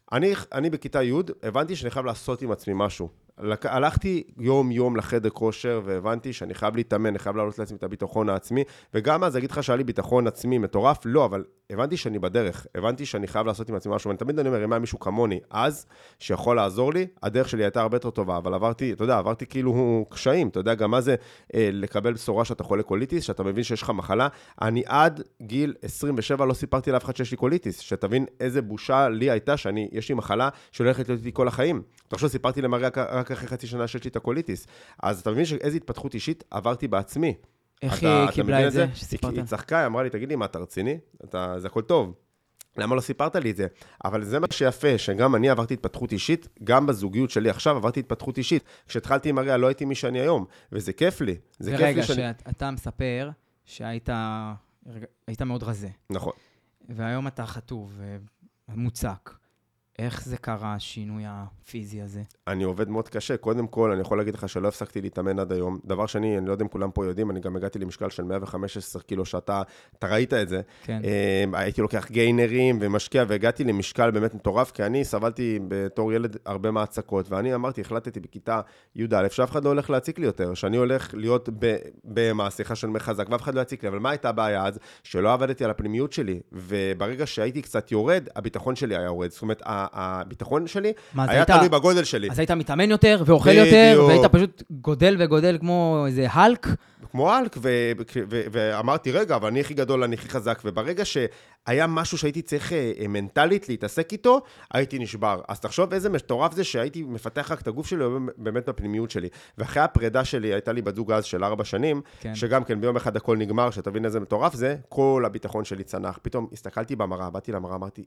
אני בכיתה י' הבנתי שאני חייב לעשות עם עצמי משהו. הלכתי יום לחדר כושר, והבנתי שאני חייב להתאמן, אני חייב להעלות לעצמי את הביטחון העצמי, וגם אז אגיד לך שהיה לי ביטחון עצמי מטורף, לא, אבל הבנתי שאני בדרך, הבנתי שאני חייב לעשות עם עצמי משהו, ואני תמיד אומר, אם היה מישהו כמוני אז, שיכול לעזור לי, הדרך שלי הייתה הרבה יותר טובה, אבל עברתי כאילו קשיים, אתה יודע, גם מה זה לקבל בשורה שאתה חולה קוליטיס, שאתה מבין שיש לך מחלה, אני עד גיל 27 לא סיפרתי לאף אחד שיש לי קוליטיס, שתבין איזה בושה לי הייתה יש לי מחלה שהולכת להיות איתי כל החיים. תחשוב, סיפרתי למריה רק אחרי חצי שנה שיש לי את הקוליטיס. אז אתה מבין שאיזו התפתחות אישית עברתי בעצמי. איך היא קיבלה את זה שסיפרת? היא צחקה, היא אמרה לי, תגיד לי, מה, אתה רציני? זה הכל טוב. למה לא סיפרת לי את זה? אבל זה מה שיפה, שגם אני עברתי התפתחות אישית, גם בזוגיות שלי עכשיו עברתי התפתחות אישית. כשהתחלתי עם מריה לא הייתי מי שאני היום, וזה כיף לי. ורגע, שאתה מספר שהיית מאוד רזה. נכון. והיום אתה חטוב ומוצק. איך זה קרה, השינוי הפיזי הזה? אני עובד מאוד קשה. קודם כל, אני יכול להגיד לך שלא הפסקתי להתאמן עד היום. דבר שני, אני לא יודע אם כולם פה יודעים, אני גם הגעתי למשקל של 115 קילו, שאתה ראית את זה. כן. הייתי לוקח גיינרים ומשקיע, והגעתי למשקל באמת מטורף, כי אני סבלתי בתור ילד הרבה מהצקות, ואני החלטתי בכיתה י"א, שאף אחד לא הולך להציק לי יותר, שאני הולך להיות במעשיכה של מחזק, ואף אחד לא יציק לי. אבל מה הייתה הבעיה אז? שלא עבדתי על הפנימיות שלי, וברגע שהייתי קצת יורד, הביטחון שלי היה יורד. זאת אומרת, הביטחון שלי היה תלוי בגודל שלי. אז היית מתאמן יותר ואוכל יותר, והיית פשוט גודל וגודל כמו איזה הלק? כמו הלק, ואמרתי, רגע, אבל אני הכי גדול, אני הכי חזק, וברגע שהיה משהו שהייתי צריך מנטלית להתעסק איתו, הייתי נשבר. אז תחשוב איזה מטורף זה שהייתי מפתח רק את הגוף שלי, באמת בפנימיות שלי. ואחרי הפרידה שלי, הייתה לי בזוג אז של 4 שנים, שגם כן ביום אחד הכל נגמר, שתבין איזה מטורף זה, כל הביטחון שלי צנח. פתאום הסתכלתי במראה, באתי למראה, אמרתי,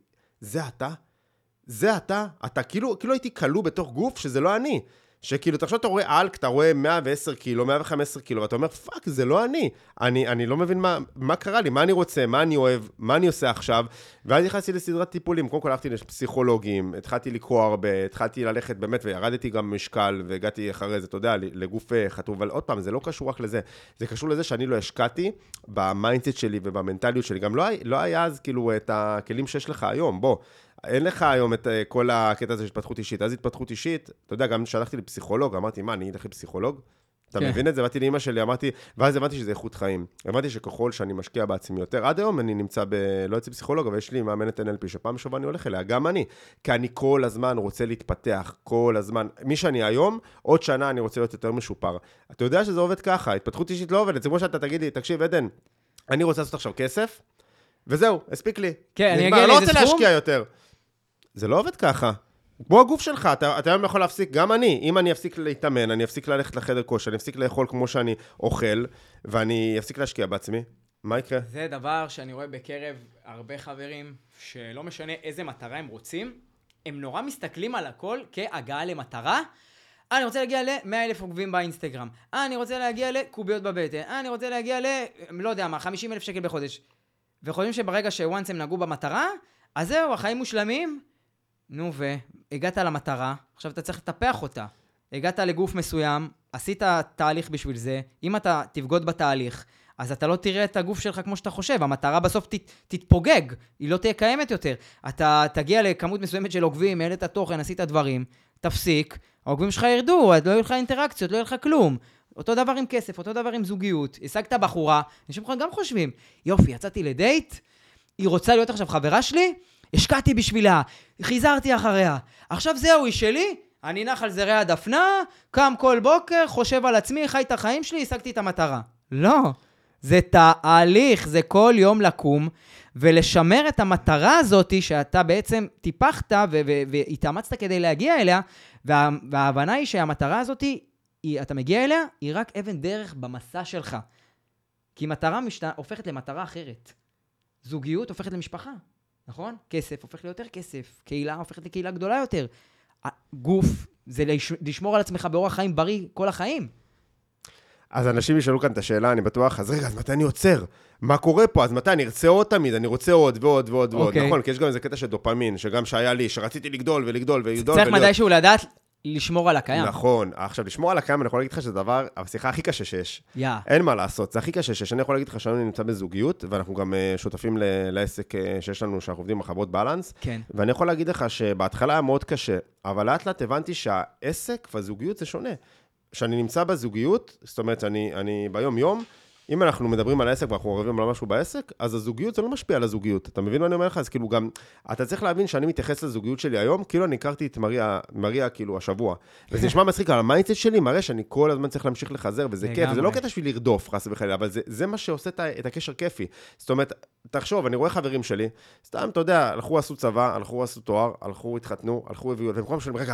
זה אתה כאילו הייתי כלוא בתוך גוף שזה לא אני. שכאילו, תחשוב, אתה רואה אלק, אתה רואה 110 קילו, 115 קילו, ואתה אומר, פאק, זה לא אני. אני לא מבין מה קרה לי, מה אני רוצה, מה אני אוהב, מה אני עושה עכשיו. ואז נכנסתי לסדרת טיפולים. קודם כל הלכתי לפסיכולוגים, התחלתי לקרוא הרבה, התחלתי ללכת באמת, וירדתי גם משקל, והגעתי אחרי זה, אתה יודע, לגוף חטוב. אבל עוד פעם, זה לא קשור רק לזה. זה קשור לזה שאני לא השקעתי במיינדסט שלי ובמנטליות שלי. גם לא היה אז כאילו את הכלים שיש לך היום. בוא. אין לך היום את כל הקטע הזה של התפתחות אישית. אז התפתחות אישית, אתה יודע, גם שלחתי לפסיכולוג, אמרתי, מה, אני אלך לפסיכולוג? אתה מבין את זה? באתי לאמא שלי, אמרתי, ואז הבנתי שזה איכות חיים. הבנתי שככל שאני משקיע בעצמי יותר, עד היום אני נמצא לא אצל פסיכולוג, אבל יש לי מאמנת NLP, שפעם שווה אני הולך אליה, גם אני. כי אני כל הזמן רוצה להתפתח, כל הזמן. מי שאני היום, עוד שנה אני רוצה להיות יותר משופר. אתה יודע שזה עובד ככה, התפתחות אישית לא עובדת. זה כמו שאתה תגיד לי, תקשיב, עדן, אני רוצה לעשות עכשיו כסף, וזהו, הספיק לי. כן, אני אגיע לאיזה סכום? זה לא עובד ככה. כמו הגוף שלך, אתה היום יכול להפסיק, גם אני, אם אני אפסיק להתאמן, אני אפסיק ללכת לחדר כושר, אני אפסיק לאכול כמו שאני אוכל, ואני אפסיק להשקיע בעצמי, מה יקרה? זה דבר שאני רואה בקרב הרבה חברים, שלא משנה איזה מטרה הם רוצים, הם נורא מסתכלים על הכל כהגעה למטרה. אני רוצה להגיע ל-100,000 עוקבים באינסטגרם, אני רוצה להגיע לקוביות בבטן, אני רוצה להגיע לא יודע מה, 50,000 שקל בחודש. וחושבים שברגע שוואנס הם נגעו במטרה, אז זהו, החיים מושלמים. נו, והגעת למטרה, עכשיו אתה צריך לטפח אותה. הגעת לגוף מסוים, עשית תהליך בשביל זה, אם אתה תבגוד בתהליך, אז אתה לא תראה את הגוף שלך כמו שאתה חושב, המטרה בסוף תתפוגג, היא לא תהיה קיימת יותר. אתה תגיע לכמות מסוימת של עוקבים, העלית תוכן, עשית דברים, תפסיק, העוקבים שלך ירדו, לא יהיו לך אינטראקציות, לא יהיה לך כלום. אותו דבר עם כסף, אותו דבר עם זוגיות, השגת בחורה, אנשים גם חושבים, יופי, יצאתי לדייט, היא רוצה להיות עכשיו חברה שלי, השקעתי בשבילה, חיזרתי אחריה. עכשיו זהו, היא שלי, אני נח על זרי הדפנה, קם כל בוקר, חושב על עצמי, חי את החיים שלי, השגתי את המטרה. לא, זה תהליך, זה כל יום לקום, ולשמר את המטרה הזאת שאתה בעצם טיפחת והתאמצת כדי להגיע אליה, וההבנה היא שהמטרה הזאת, אתה מגיע אליה, היא רק אבן דרך במסע שלך. כי מטרה הופכת למטרה אחרת. זוגיות הופכת למשפחה. נכון? כסף הופך ליותר כסף, קהילה הופכת לקהילה גדולה יותר. גוף זה לשמור על עצמך באורח חיים בריא כל החיים. אז אנשים ישאלו כאן את השאלה, אני בטוח, אז רגע, אז מתי אני עוצר? מה קורה פה? אז מתי? אני ארצה עוד תמיד, אני רוצה עוד ועוד ועוד ועוד. נכון, כי יש גם איזה קטע של דופמין, שגם שהיה לי, שרציתי לגדול ולגדול ולגדול. צריך מדי שהוא לדעת לשמור על הקיים. נכון. עכשיו, לשמור על הקיים, אני יכול להגיד לך שזה דבר, השיחה הכי קשה שיש. אין מה לעשות, זה הכי קשה שיש. אני יכול להגיד לך שאני נמצא בזוגיות, ואנחנו גם שותפים לעסק שיש לנו, שאנחנו עובדים בחברות בלנס. כן. ואני יכול להגיד לך שבהתחלה היה מאוד קשה, אבל לאט לאט הבנתי שהעסק והזוגיות זה שונה. כשאני נמצא בזוגיות, זאת אומרת, אני ביום יום, אם אנחנו מדברים על העסק ואנחנו רבים על משהו בעסק, אז הזוגיות זה לא משפיע על הזוגיות. אתה מבין מה אני אומר לך? אז כאילו גם, אתה צריך להבין שאני מתייחס לזוגיות שלי היום, כאילו אני הכרתי את מריה כאילו השבוע. וזה נשמע מצחיק על המיינדסט שלי, מראה שאני כל הזמן צריך להמשיך לחזר, וזה כיף, זה לא קטע בשביל לרדוף, חס וחלילה, אבל זה מה שעושה את הקשר כיפי. זאת אומרת, תחשוב, אני רואה חברים שלי, סתם, אתה יודע, הלכו עשו צבא, הלכו עשו תואר, הלכו התחתנו, הלכו הביאו, והם כל הזמן רגע,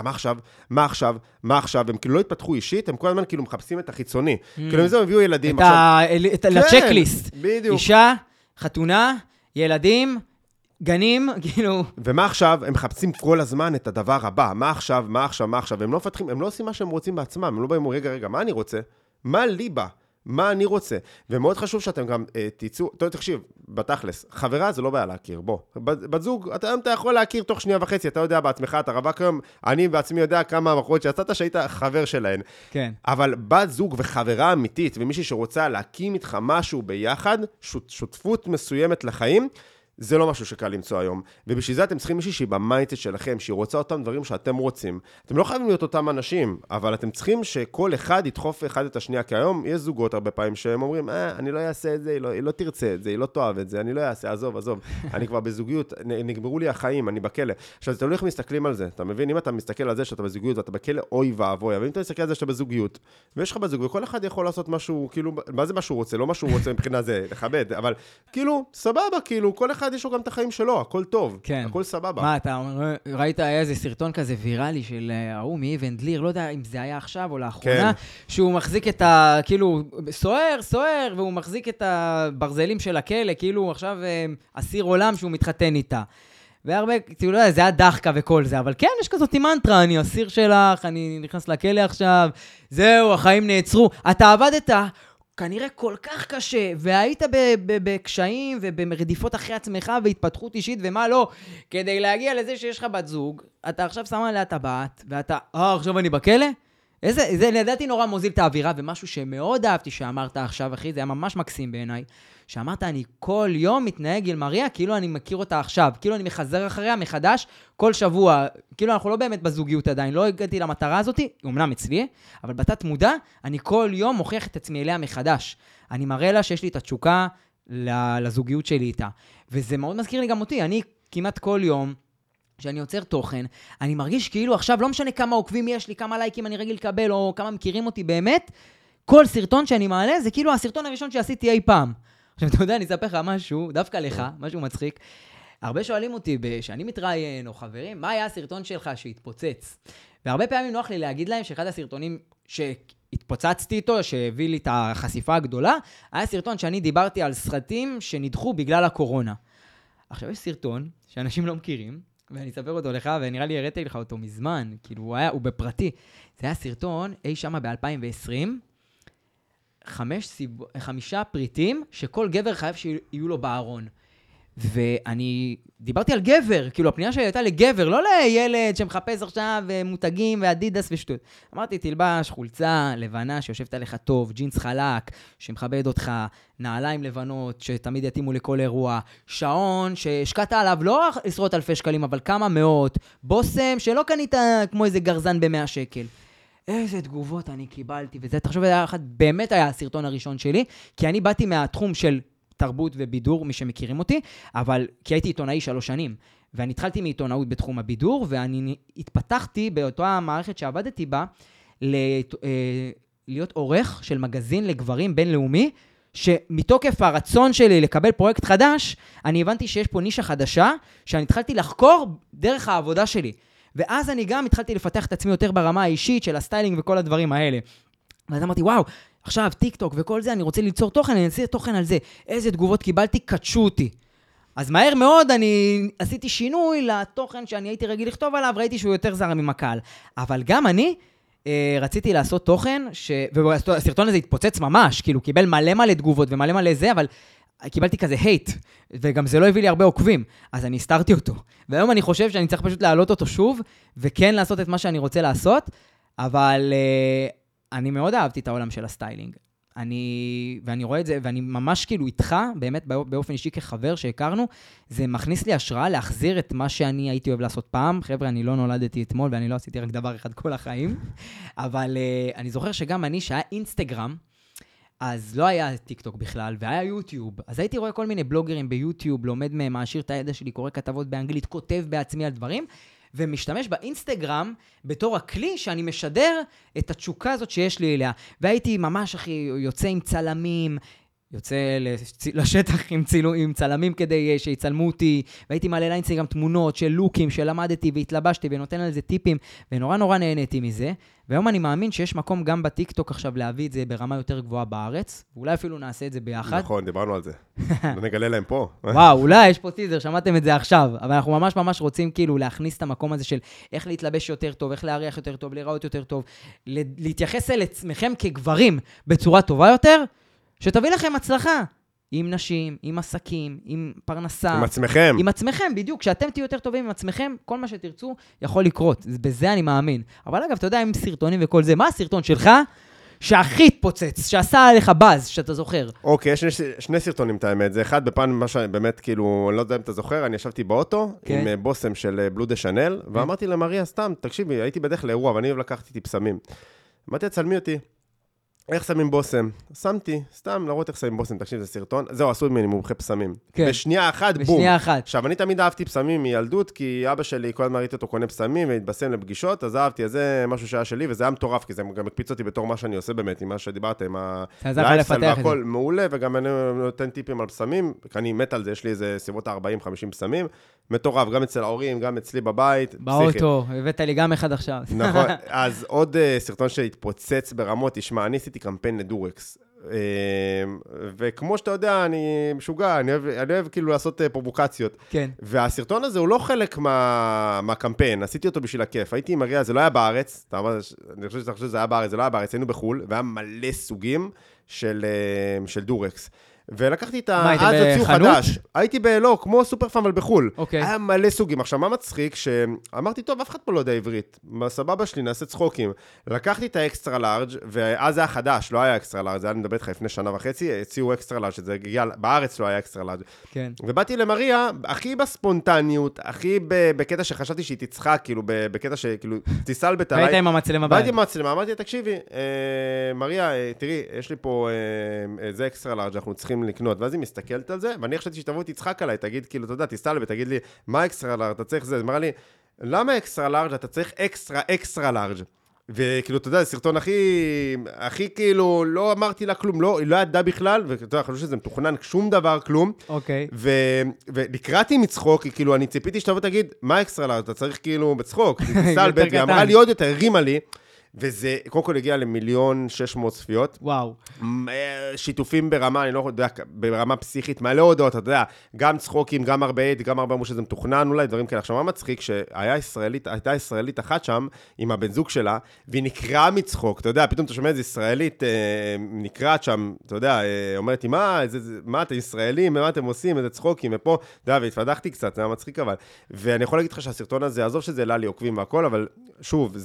מה עכשיו? הם כאילו לא התפתחו אישית, הם כל הזמן כאילו מחפשים את החיצוני. כאילו הם הביאו ילדים לצ'קליסט. בדיוק. אישה, חתונה, ילדים, גנים, כאילו... ומה עכשיו? הם מחפשים כל הזמן את הדבר הבא. מה עכשיו? הם לא מפתחים, הם לא עושים מה שהם רוצים בעצמם. הם לא באים, רגע, מה אני רוצה? מה לי בא? מה אני רוצה? ומאוד חשוב שאתם גם תיצאו... תקשיב, בתכלס, חברה זה לא בעיה להכיר, בוא. בת זוג, אתה יכול להכיר תוך שנייה וחצי, אתה יודע בעצמך, אתה רווק היום, אני בעצמי יודע כמה המחרות שיצאת שהיית חבר שלהן. כן. אבל בת זוג וחברה אמיתית, ומישהי שרוצה להקים איתך משהו ביחד, שותפות מסוימת לחיים, זה לא משהו שקל למצוא היום. ובשביל זה אתם צריכים מישהי שהיא במיינדסט שלכם, שהיא רוצה אותם דברים שאתם רוצים. אתם לא חייבים להיות אותם אנשים, אבל אתם צריכים שכל אחד ידחוף אחד את השנייה, כי היום יש זוגות הרבה פעמים שהם אומרים, אני לא אעשה את זה, היא לא תרצה את זה, היא לא תאהב את זה, אני לא אעשה, עזוב. אני כבר בזוגיות, נגמרו לי החיים, אני בכלא. עכשיו, אתם לא איך מסתכלים על זה. אתה מבין? אם אתה מסתכל על זה שאתה בזוגיות ואתה בכלא, אוי ואבוי. אבל אם אתה מסתכל על זה שאתה בזוגיות, ויש לך בזוג, וכל אחד יכול לעשות משהו, כאילו, מה זה מה שהוא רוצה? לא מה שהוא רוצה מבחינה זה, לכבד, אבל כאילו, סבבה, כאילו, כל אחד יש לו גם את החיים שלו, הכל טוב, כן. הכל סבבה. מה, אתה ראית איזה סרטון כזה ויראלי של ההוא מאיבן דליר, לא יודע אם זה היה עכשיו או לאחרונה, כן. שהוא מחזיק את ה... כאילו, סוער, והוא מחזיק את הברזלים של הכלא, כאילו עכשיו אסיר עולם שהוא מתחתן איתה. והרבה, כאילו, לא יודע, זה היה דחקה וכל זה, אבל כן, יש כזאת מנטרה, אני אסיר שלך, אני נכנס לכלא עכשיו, זהו, החיים נעצרו. אתה עבדת כנראה כל כך קשה, והיית בקשיים וברדיפות אחרי עצמך והתפתחות אישית ומה לא, כדי להגיע לזה שיש לך בת זוג, אתה עכשיו שמה עליה טבעת, ואתה, עכשיו אני בכלא? זה לדעתי נורא מוזיל את האווירה, ומשהו שמאוד אהבתי שאמרת עכשיו, אחי, זה היה ממש מקסים בעיניי, שאמרת, אני כל יום מתנהג עם מריה, כאילו אני מכיר אותה עכשיו, כאילו אני מחזר אחריה מחדש כל שבוע, כאילו אנחנו לא באמת בזוגיות עדיין, לא הגעתי למטרה הזאת, אומנם אצלי, אבל בתת מודע, אני כל יום מוכיח את עצמי אליה מחדש. אני מראה לה שיש לי את התשוקה לזוגיות שלי איתה. וזה מאוד מזכיר לי גם אותי, אני כמעט כל יום, כשאני יוצר תוכן, אני מרגיש כאילו עכשיו, לא משנה כמה עוקבים יש לי, כמה לייקים אני רגיל לקבל, או כמה מכירים אותי באמת, כל סרטון שאני מעלה, זה כאילו הסרטון הראשון שעשיתי אי פעם. עכשיו, אתה יודע, אני אספר לך משהו, דווקא לך, משהו מצחיק. הרבה שואלים אותי, שאני מתראיין, או חברים, מה היה הסרטון שלך שהתפוצץ? והרבה פעמים נוח לי להגיד להם שאחד הסרטונים שהתפוצצתי איתו, שהביא לי את החשיפה הגדולה, היה סרטון שאני דיברתי על סרטים שנדחו בגלל הקורונה. עכשיו, יש סרטון שאנשים לא מכירים, ואני אספר אותו לך, ונראה לי הראיתי לך אותו מזמן, כאילו הוא בפרטי. זה היה סרטון, אי שמה ב-2020, 5 פריטים שכל גבר חייב שיהיו לו בארון. ואני דיברתי על גבר, כאילו הפנייה שלי הייתה לגבר, לא לילד שמחפש עכשיו מותגים ואדידס ושטות. אמרתי, תלבש חולצה לבנה שיושבת עליך טוב, ג'ינס חלק שמכבד אותך, נעליים לבנות שתמיד יתאימו לכל אירוע, שעון שהשקעת עליו לא עשרות אלפי שקלים, אבל כמה מאות, בוסם שלא קנית כמו איזה גרזן ב100 שקל. איזה תגובות אני קיבלתי, וזה, תחשוב, באמת היה הסרטון הראשון שלי, כי אני באתי מהתחום של תרבות ובידור, מי שמכירים אותי, אבל כי הייתי עיתונאי 3 שנים, ואני התחלתי מעיתונאות בתחום הבידור, ואני התפתחתי באותה המערכת שעבדתי בה, להיות עורך של מגזין לגברים בינלאומי, שמתוקף הרצון שלי לקבל פרויקט חדש, אני הבנתי שיש פה נישה חדשה, שאני התחלתי לחקור דרך העבודה שלי. ואז אני גם התחלתי לפתח את עצמי יותר ברמה האישית של הסטיילינג וכל הדברים האלה. ואז אמרתי, וואו, עכשיו טיק טוק וכל זה, אני רוצה ליצור תוכן, אני אעשה תוכן על זה. איזה תגובות קיבלתי, קדשו אותי. אז מהר מאוד אני עשיתי שינוי לתוכן שאני הייתי רגיל לכתוב עליו, ראיתי שהוא יותר זר ממקל. אבל גם אני רציתי לעשות תוכן, והסרטון הזה התפוצץ ממש, כאילו קיבל מלא תגובות ומלא זה, אבל קיבלתי כזה הייט, וגם זה לא הביא לי הרבה עוקבים, אז אני הסתרתי אותו. והיום אני חושב שאני צריך פשוט להעלות אותו שוב, וכן לעשות את מה שאני רוצה לעשות, אבל אני מאוד אהבתי את העולם של הסטיילינג. ואני רואה את זה, ואני ממש כאילו איתך, באמת באופן אישי כחבר שהכרנו, זה מכניס לי השראה להחזיר את מה שאני הייתי אוהב לעשות פעם. חבר'ה, אני לא נולדתי אתמול, ואני לא עשיתי רק דבר אחד כל החיים, אבל אני זוכר שגם אני, שהיה אינסטגרם, אז לא היה טיקטוק בכלל, והיה יוטיוב. אז הייתי רואה כל מיני בלוגרים ביוטיוב, לומד מהם, מעשיר את הידע שלי, קורא כתבות באנגלית, כותב בעצמי על דברים, ומשתמש באינסטגרם בתור הכלי שאני משדר את התשוקה הזאת שיש לי אליה. והייתי ממש, אחי, יוצא עם צלמים, יוצא לשטח עם צלמים כדי שיצלמו אותי, והייתי מעלה לאינסטגרם תמונות של לוקים שלמדתי והתלבשתי ונותן על זה טיפים, ונורא נורא נהניתי מזה. והיום אני מאמין שיש מקום גם בטיקטוק עכשיו להביא את זה ברמה יותר גבוהה בארץ, ואולי אפילו נעשה את זה ביחד. נכון, דיברנו על זה. נגלה להם פה. וואו, אולי יש פה טיזר, שמעתם את זה עכשיו, אבל אנחנו ממש ממש רוצים כאילו להכניס את המקום הזה של איך להתלבש יותר טוב, איך להריח יותר טוב, להיראות יותר טוב, להתייחס אל עצמכם כגברים בצורה טובה יותר, שתביא לכם הצלחה. עם נשים, עם עסקים, עם פרנסה. עם עצמכם. עם עצמכם, בדיוק. כשאתם תהיו יותר טובים עם עצמכם, כל מה שתרצו יכול לקרות. בזה אני מאמין. אבל אגב, אתה יודע, עם סרטונים וכל זה, מה הסרטון שלך שהכי התפוצץ, שעשה עליך בז, שאתה זוכר? אוקיי, יש שני סרטונים, את האמת. זה אחד בפן, מה שבאמת, כאילו, אני לא יודע אם אתה זוכר, אני ישבתי באוטו עם בוסם של בלו דה שנל, ואמרתי למריה, סתם, תקשיבי, הייתי בדרך לאירוע, ואני לקחתי איתי פסמים. אמרתי, צלמי אותי. איך שמים בוסם? שמתי, סתם להראות איך שמים בוסם, תקשיב, זה סרטון. זהו, עשו ממני מומחה פסמים. כן. בשנייה אחת, בום. בשנייה אחת. עכשיו, אני תמיד אהבתי פסמים מילדות, כי אבא שלי, כל הזמן ראיתי אותו קונה פסמים, והתבשם לפגישות, אז אהבתי, אז זה משהו שהיה שלי, וזה היה מטורף, כי זה גם הקפיץ אותי בתור מה שאני עושה באמת, עם מה שדיברת, עם הלייפסטייל והכל מעולה, וגם אני נותן טיפים על פסמים, אני מת על זה, יש לי איזה סביבות 40-50 פסמים, מטורף, גם אצל ההורים, גם אצלי בבית. באוטו, הבאת לי גם אחד עכשיו. נכון, אז עוד סרטון שהתפוצץ ברמות, תשמע, אני עשיתי קמפיין לדורקס, וכמו שאתה יודע, אני משוגע, אני אוהב כאילו לעשות פרובוקציות. כן. והסרטון הזה הוא לא חלק מהקמפיין, עשיתי אותו בשביל הכיף. הייתי עם מריה, זה לא היה בארץ, אני חושב שזה היה בארץ, זה לא היה בארץ, היינו בחול, והיה מלא סוגים של דורקס. ולקחתי את אז הוציאו חדש. הייתי לא, כמו סופר פארם, אבל בחול. היה מלא סוגים. עכשיו, מה מצחיק? שאמרתי, טוב, אף אחד פה לא יודע עברית. בסבבה שלי, נעשה צחוקים. לקחתי את האקסטרה לארג' ואז זה היה חדש, לא היה אקסטרה לארג', זה היה מדבר איתך לפני שנה וחצי, הציעו אקסטרה לארג', שזה הגיע, בארץ לא היה אקסטרה לארג'. כן. ובאתי למריה, הכי בספונטניות, הכי בקטע שחשבתי שהיא תצחק, כאילו, בקטע שכאילו, תיסלבט עליי. היית עם המצלמה באתי עם המצלמה, אמרתי, תקשיבי, מריה, תראי, יש לי פה זה אקסטרה לארג', אנחנו צריכים לקנות, ואז היא מסתכלת על זה, ואני חשבתי שתבוא תצחק עליי, תגיד, כאילו, אתה יודע, תסתכל ותגיד לי, מה אקסטרה לארג', אתה צריך זה? אמרה לי, למה אקסטרה לארג', אתה צריך אקסטרה לארג'. וכאילו, אתה יודע, זה סרטון הכי כאילו, לא אמרתי לה כלום, היא לא ידעה בכלל, ואתה יודע, חשוב שזה מתוכנן שום דבר, כלום. אוקיי. ולקראתי מצחוק, כי כאילו, אני ציפיתי שתבוא תגיד, מה אקסטרה לארג', אתה צריך כאילו בצחוק, תסתלבט, והיא אמרה לי עוד יותר, הרימה לי, וזה, קודם כל הגיע ל1,600,000 צפיות. וואו. שיתופים ברמה, אני לא יודע, ברמה פסיכית, מלא הודעות, אתה יודע, גם צחוקים, גם הרבה עד, גם הרבה אמרו שזה מתוכנן, אולי דברים כאלה. עכשיו, מה מצחיק? שהייתה ישראלית אחת שם, עם הבן זוג שלה, והיא נקראה מצחוק, אתה יודע, פתאום אתה שומע איזה ישראלית, נקראת שם, אתה יודע, אומרת לי, מה אתם ישראלים, מה אתם עושים, איזה צחוקים, ופה, אתה יודע, והתפדחתי קצת, זה היה מצחיק אבל. ואני יכול להגיד לך שהסרטון הזה, עזוב שזה העלה לי עוקבים והכל, אבל שוב,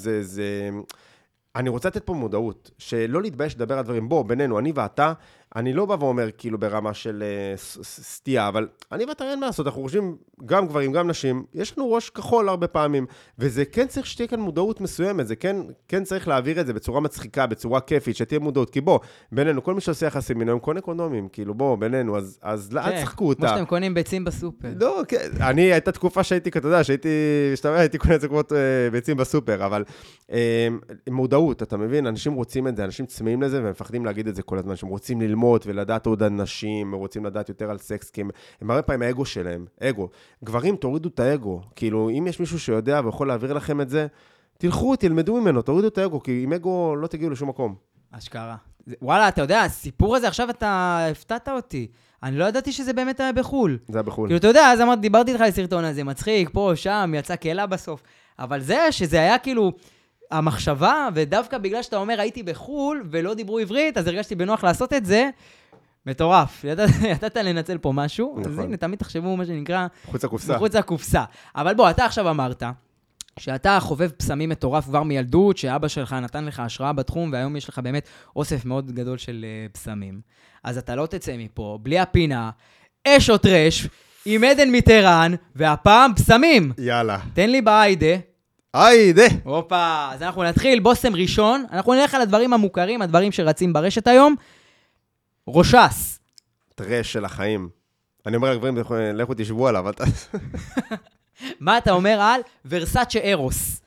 אני רוצה לתת פה מודעות, שלא להתבייש לדבר על דברים. בוא, בינינו, אני ואתה, אני לא בא ואומר כאילו ברמה של סטייה, אבל אני ואתה אין מה לעשות, אנחנו חושבים גם גברים, גם נשים, יש לנו ראש כחול הרבה פעמים, וזה כן צריך שתהיה כאן מודעות מסוימת, זה כן צריך להעביר את זה בצורה מצחיקה, בצורה כיפית, שתהיה מודעות, כי בוא, בינינו, כל מי שעושה יחסים בינינו, הם קונה קונדומים, כאילו בוא, בינינו, אז לאט צחקו אותה. כמו שאתם קונים ביצים בסופר. לא, כן, הייתה תקופה שהייתי, אתה יודע, הייתי קונה את זה כמו ביצים בסופר, אבל מודעות, אתה מבין? אנשים רוצים את זה, אנשים צמאים לזה, והם מפחדים להגיד את זה כל הזמן, שהם רוצים ללמוד ולדעת עוד אנשים, רוצים לדעת יותר על סקס, כי הם הרבה פעמים האגו שלהם, אגו. גברים, תורידו את האגו. כאילו, אם יש מישהו שיודע ויכול להעביר לכם את זה, תלכו, תלמדו ממנו, תורידו את האגו, כי עם אגו לא תגיעו לשום מקום. אשכרה. וואלה, אתה יודע, הסיפור הזה, עכשיו אתה הפתעת אותי. אני לא ידעתי שזה באמת היה בחול. זה היה בחול. כאילו, אתה יודע, אז דיברתי איתך על סרטון הזה, מצחיק, פה, שם, יצא קהלה בסוף. אבל זה שזה היה כאילו המחשבה, ודווקא בגלל שאתה אומר, הייתי בחול ולא דיברו עברית, אז הרגשתי בנוח לעשות את זה, מטורף. ידעת לנצל פה משהו, אז הנה, תמיד תחשבו מה שנקרא... מחוץ לקופסה. אבל בוא, אתה עכשיו אמרת, שאתה חובב פסמים מטורף כבר מילדות, שאבא שלך נתן לך השראה בתחום, והיום יש לך באמת אוסף מאוד גדול של פסמים. אז אתה לא תצא מפה, בלי הפינה, אש או טרש, עם עדן מטרן, והפעם פסמים. יאללה. תן לי באיידה. איידה. הופה, אז אנחנו נתחיל בושם ראשון, אנחנו נלך על הדברים המוכרים, הדברים שרצים ברשת היום. ראשס. טרש של החיים. אני אומר לגברים, לכו תשבו עליו, אבל... מה אתה אומר על ורסאצ'ה אירוס?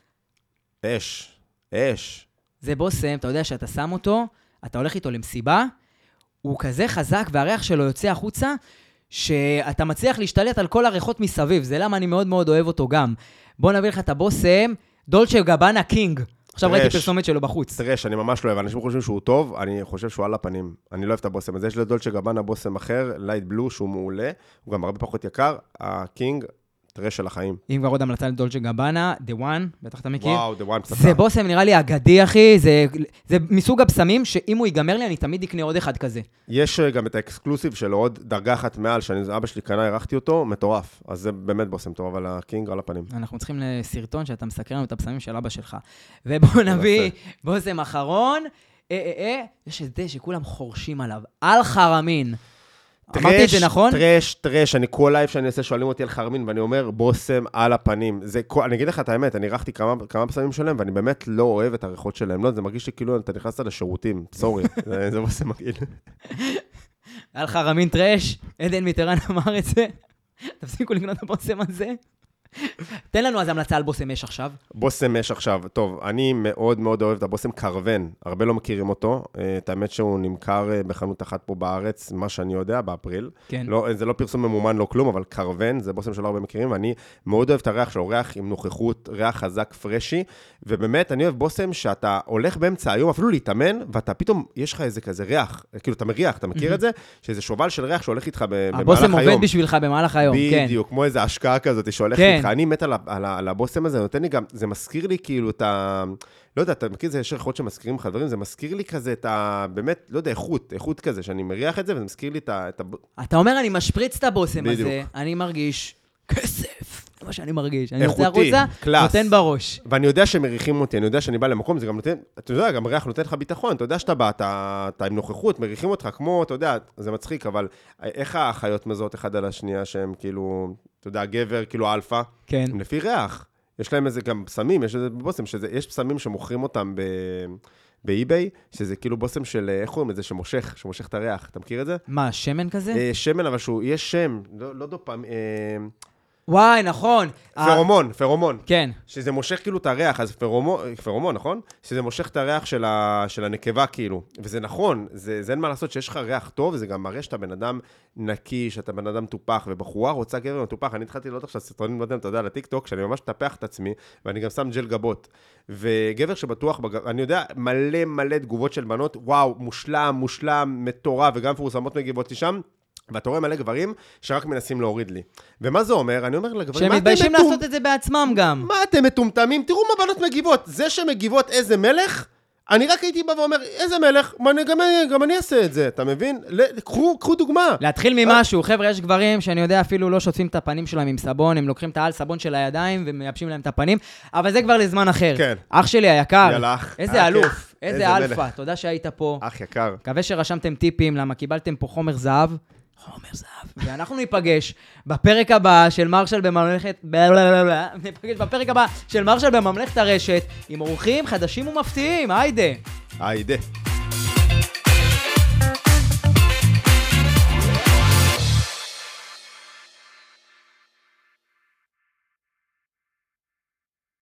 אש. זה בושם, אתה יודע שאתה שם אותו, אתה הולך איתו למסיבה, הוא כזה חזק והריח שלו יוצא החוצה, שאתה מצליח להשתלט על כל הריחות מסביב. זה למה אני מאוד מאוד אוהב אותו גם. בוא נביא לך את הבושם, דולצ'ה גבאנה קינג. עכשיו ראיתי פרסומת שלו בחוץ. טרש, אני ממש לא אוהב. אנשים חושבים שהוא טוב, אני חושב שהוא על הפנים. אני לא אוהב את הבושם הזה. יש לדולצ'ה גבאנה בושם אחר, לייט בלו, שהוא מעולה. הוא גם הרבה פחות יקר. הקינג, טרש של החיים. אם כבר עוד המלצה לדולצ'ה גבאנה, The One, בטח אתה מכיר. וואו, The One פצצה. זה בושם נראה לי אגדי, אחי. זה מסוג הבשמים שאם הוא ייגמר לי, אני תמיד אקנה עוד אחד כזה. יש גם את האקסקלוסיב שלו, עוד דרגה אחת מעל, שאבא שלי קנה, ערכתי אותו, מטורף. אז זה באמת בושם טוב, אבל הקינג על הפנים. אנחנו צריכים לסרטון שאתה מסקר לנו את הבשמים של אבא שלך. ובואו נביא בושם אחרון. יש את זה שכולם חורשים עליו. על חרמין. אמרתי את זה נכון? טרש, אני כל לייב שאני עושה שואלים אותי על חרמין, ואני אומר בושם על הפנים. אני אגיד לך את האמת, אני ערכתי כמה פסמים שלהם, ואני באמת לא אוהב את הריחות שלהם. לא, זה מרגיש לי כאילו אתה נכנסת לשירותים, סורי, זה בושם מגעיל. על חרמין טרש, עדן מטרן אמר את זה. תפסיקו לקנות את הבושם הזה. תן לנו אז המלצה על בושם אש עכשיו. בושם אש עכשיו, טוב, אני מאוד מאוד אוהב את הבושם קרוון, הרבה לא מכירים אותו, את האמת שהוא נמכר בחנות אחת פה בארץ, מה שאני יודע, באפריל. כן. לא, זה לא פרסום ממומן, לא כלום, אבל קרוון, זה בושם שלא הרבה מכירים, ואני מאוד אוהב את הריח שלו, ריח עם נוכחות, ריח חזק, פרשי, ובאמת אני אוהב בושם שאתה הולך באמצע היום, אפילו להתאמן, ואתה פתאום, יש לך איזה כזה ריח, כאילו אתה מריח, אתה מכיר את זה? שזה שובל של ריח שהולך איתך במהלך היום. הבושם עובד בשבילך במהלך היום, כן. בדיוק, כמו איזו השקעה כזאת שהולכת איתך. אני מת על הבושם הזה, נותן לי גם, זה מזכיר לי כאילו את ה... לא יודע, אתה מכיר, זה יש ריחות שמזכירים לך דברים, זה מזכיר לי כזה את ה... באמת, לא יודע, איכות כזה, שאני מריח את זה, וזה מזכיר לי את ה... אתה אומר, אני משפריץ את הבושם הזה, אני מרגיש כסף. זה מה שאני מרגיש. אני יוצא החוצה, נותן בראש. ואני יודע שמריחים אותי, אני יודע שאני בא למקום, זה גם נותן, אתה יודע, גם ריח נותן לך ביטחון, אתה יודע שאתה בא, אתה עם נוכחות, מריחים אותך כמו, אתה יודע, זה מצחיק, אבל איך החיות מזהות אחד על השנייה שהם כאילו, אתה יודע, גבר, כאילו אלפא, כן. לפי ריח. יש להם איזה גם פסמים, יש איזה בושם, יש פסמים שמוכרים אותם באי-ביי, שזה כאילו בושם של, איך קוראים את זה, שמושך את הריח, אתה מכיר את זה? מה, שמן כזה? שמן, אבל יש שם, לא דופם, וואי, נכון. פרומון. כן. שזה מושך כאילו את הריח, אז פרומון, נכון? שזה מושך את הריח של הנקבה כאילו. וזה נכון, זה אין מה לעשות שיש לך ריח טוב, וזה גם מראה שאתה בן אדם נקי, שאתה בן אדם טופח, ובחורה רוצה גבר מטופח. אני התחלתי לראות עכשיו סרטונים, לא יודע אם אתה יודע, על הטיקטוק, שאני ממש טפח את עצמי, ואני גם שם ג'ל גבות. וגבר שבטוח, אני יודע, מלא תגובות של בנות, וואו, מושלם, מטורף, וגם מפורסמות מגיבות לי שם. ואתה רואה מלא גברים שרק מנסים להוריד לי. ומה זה אומר? אני אומר לגברים, שהם מתביישים לעשות את זה בעצמם גם. מה אתם מטומטמים? תראו מה בנות מגיבות. זה שמגיבות איזה מלך, אני רק הייתי בא ואומר, איזה מלך, גם אני אעשה את זה, אתה מבין? קחו דוגמה. להתחיל ממשהו, חבר'ה, יש גברים שאני יודע אפילו לא שוטפים את הפנים שלהם עם סבון, הם לוקחים את העל סבון של הידיים ומייבשים להם את הפנים, אבל זה כבר לזמן אחר. כן. אח שלי היקר, יאללה, איזה אלוף, איזה אלפה, תודה שהיית פה. אח יקר. מקווה שרשמתם טיפים, למה קיבלתם פה חומר זהב. ואנחנו ניפגש בפרק הבא של מרשל בממלכת... ניפגש בפרק הבא של מרשל בממלכת הרשת עם אורחים חדשים ומפתיעים. היידה.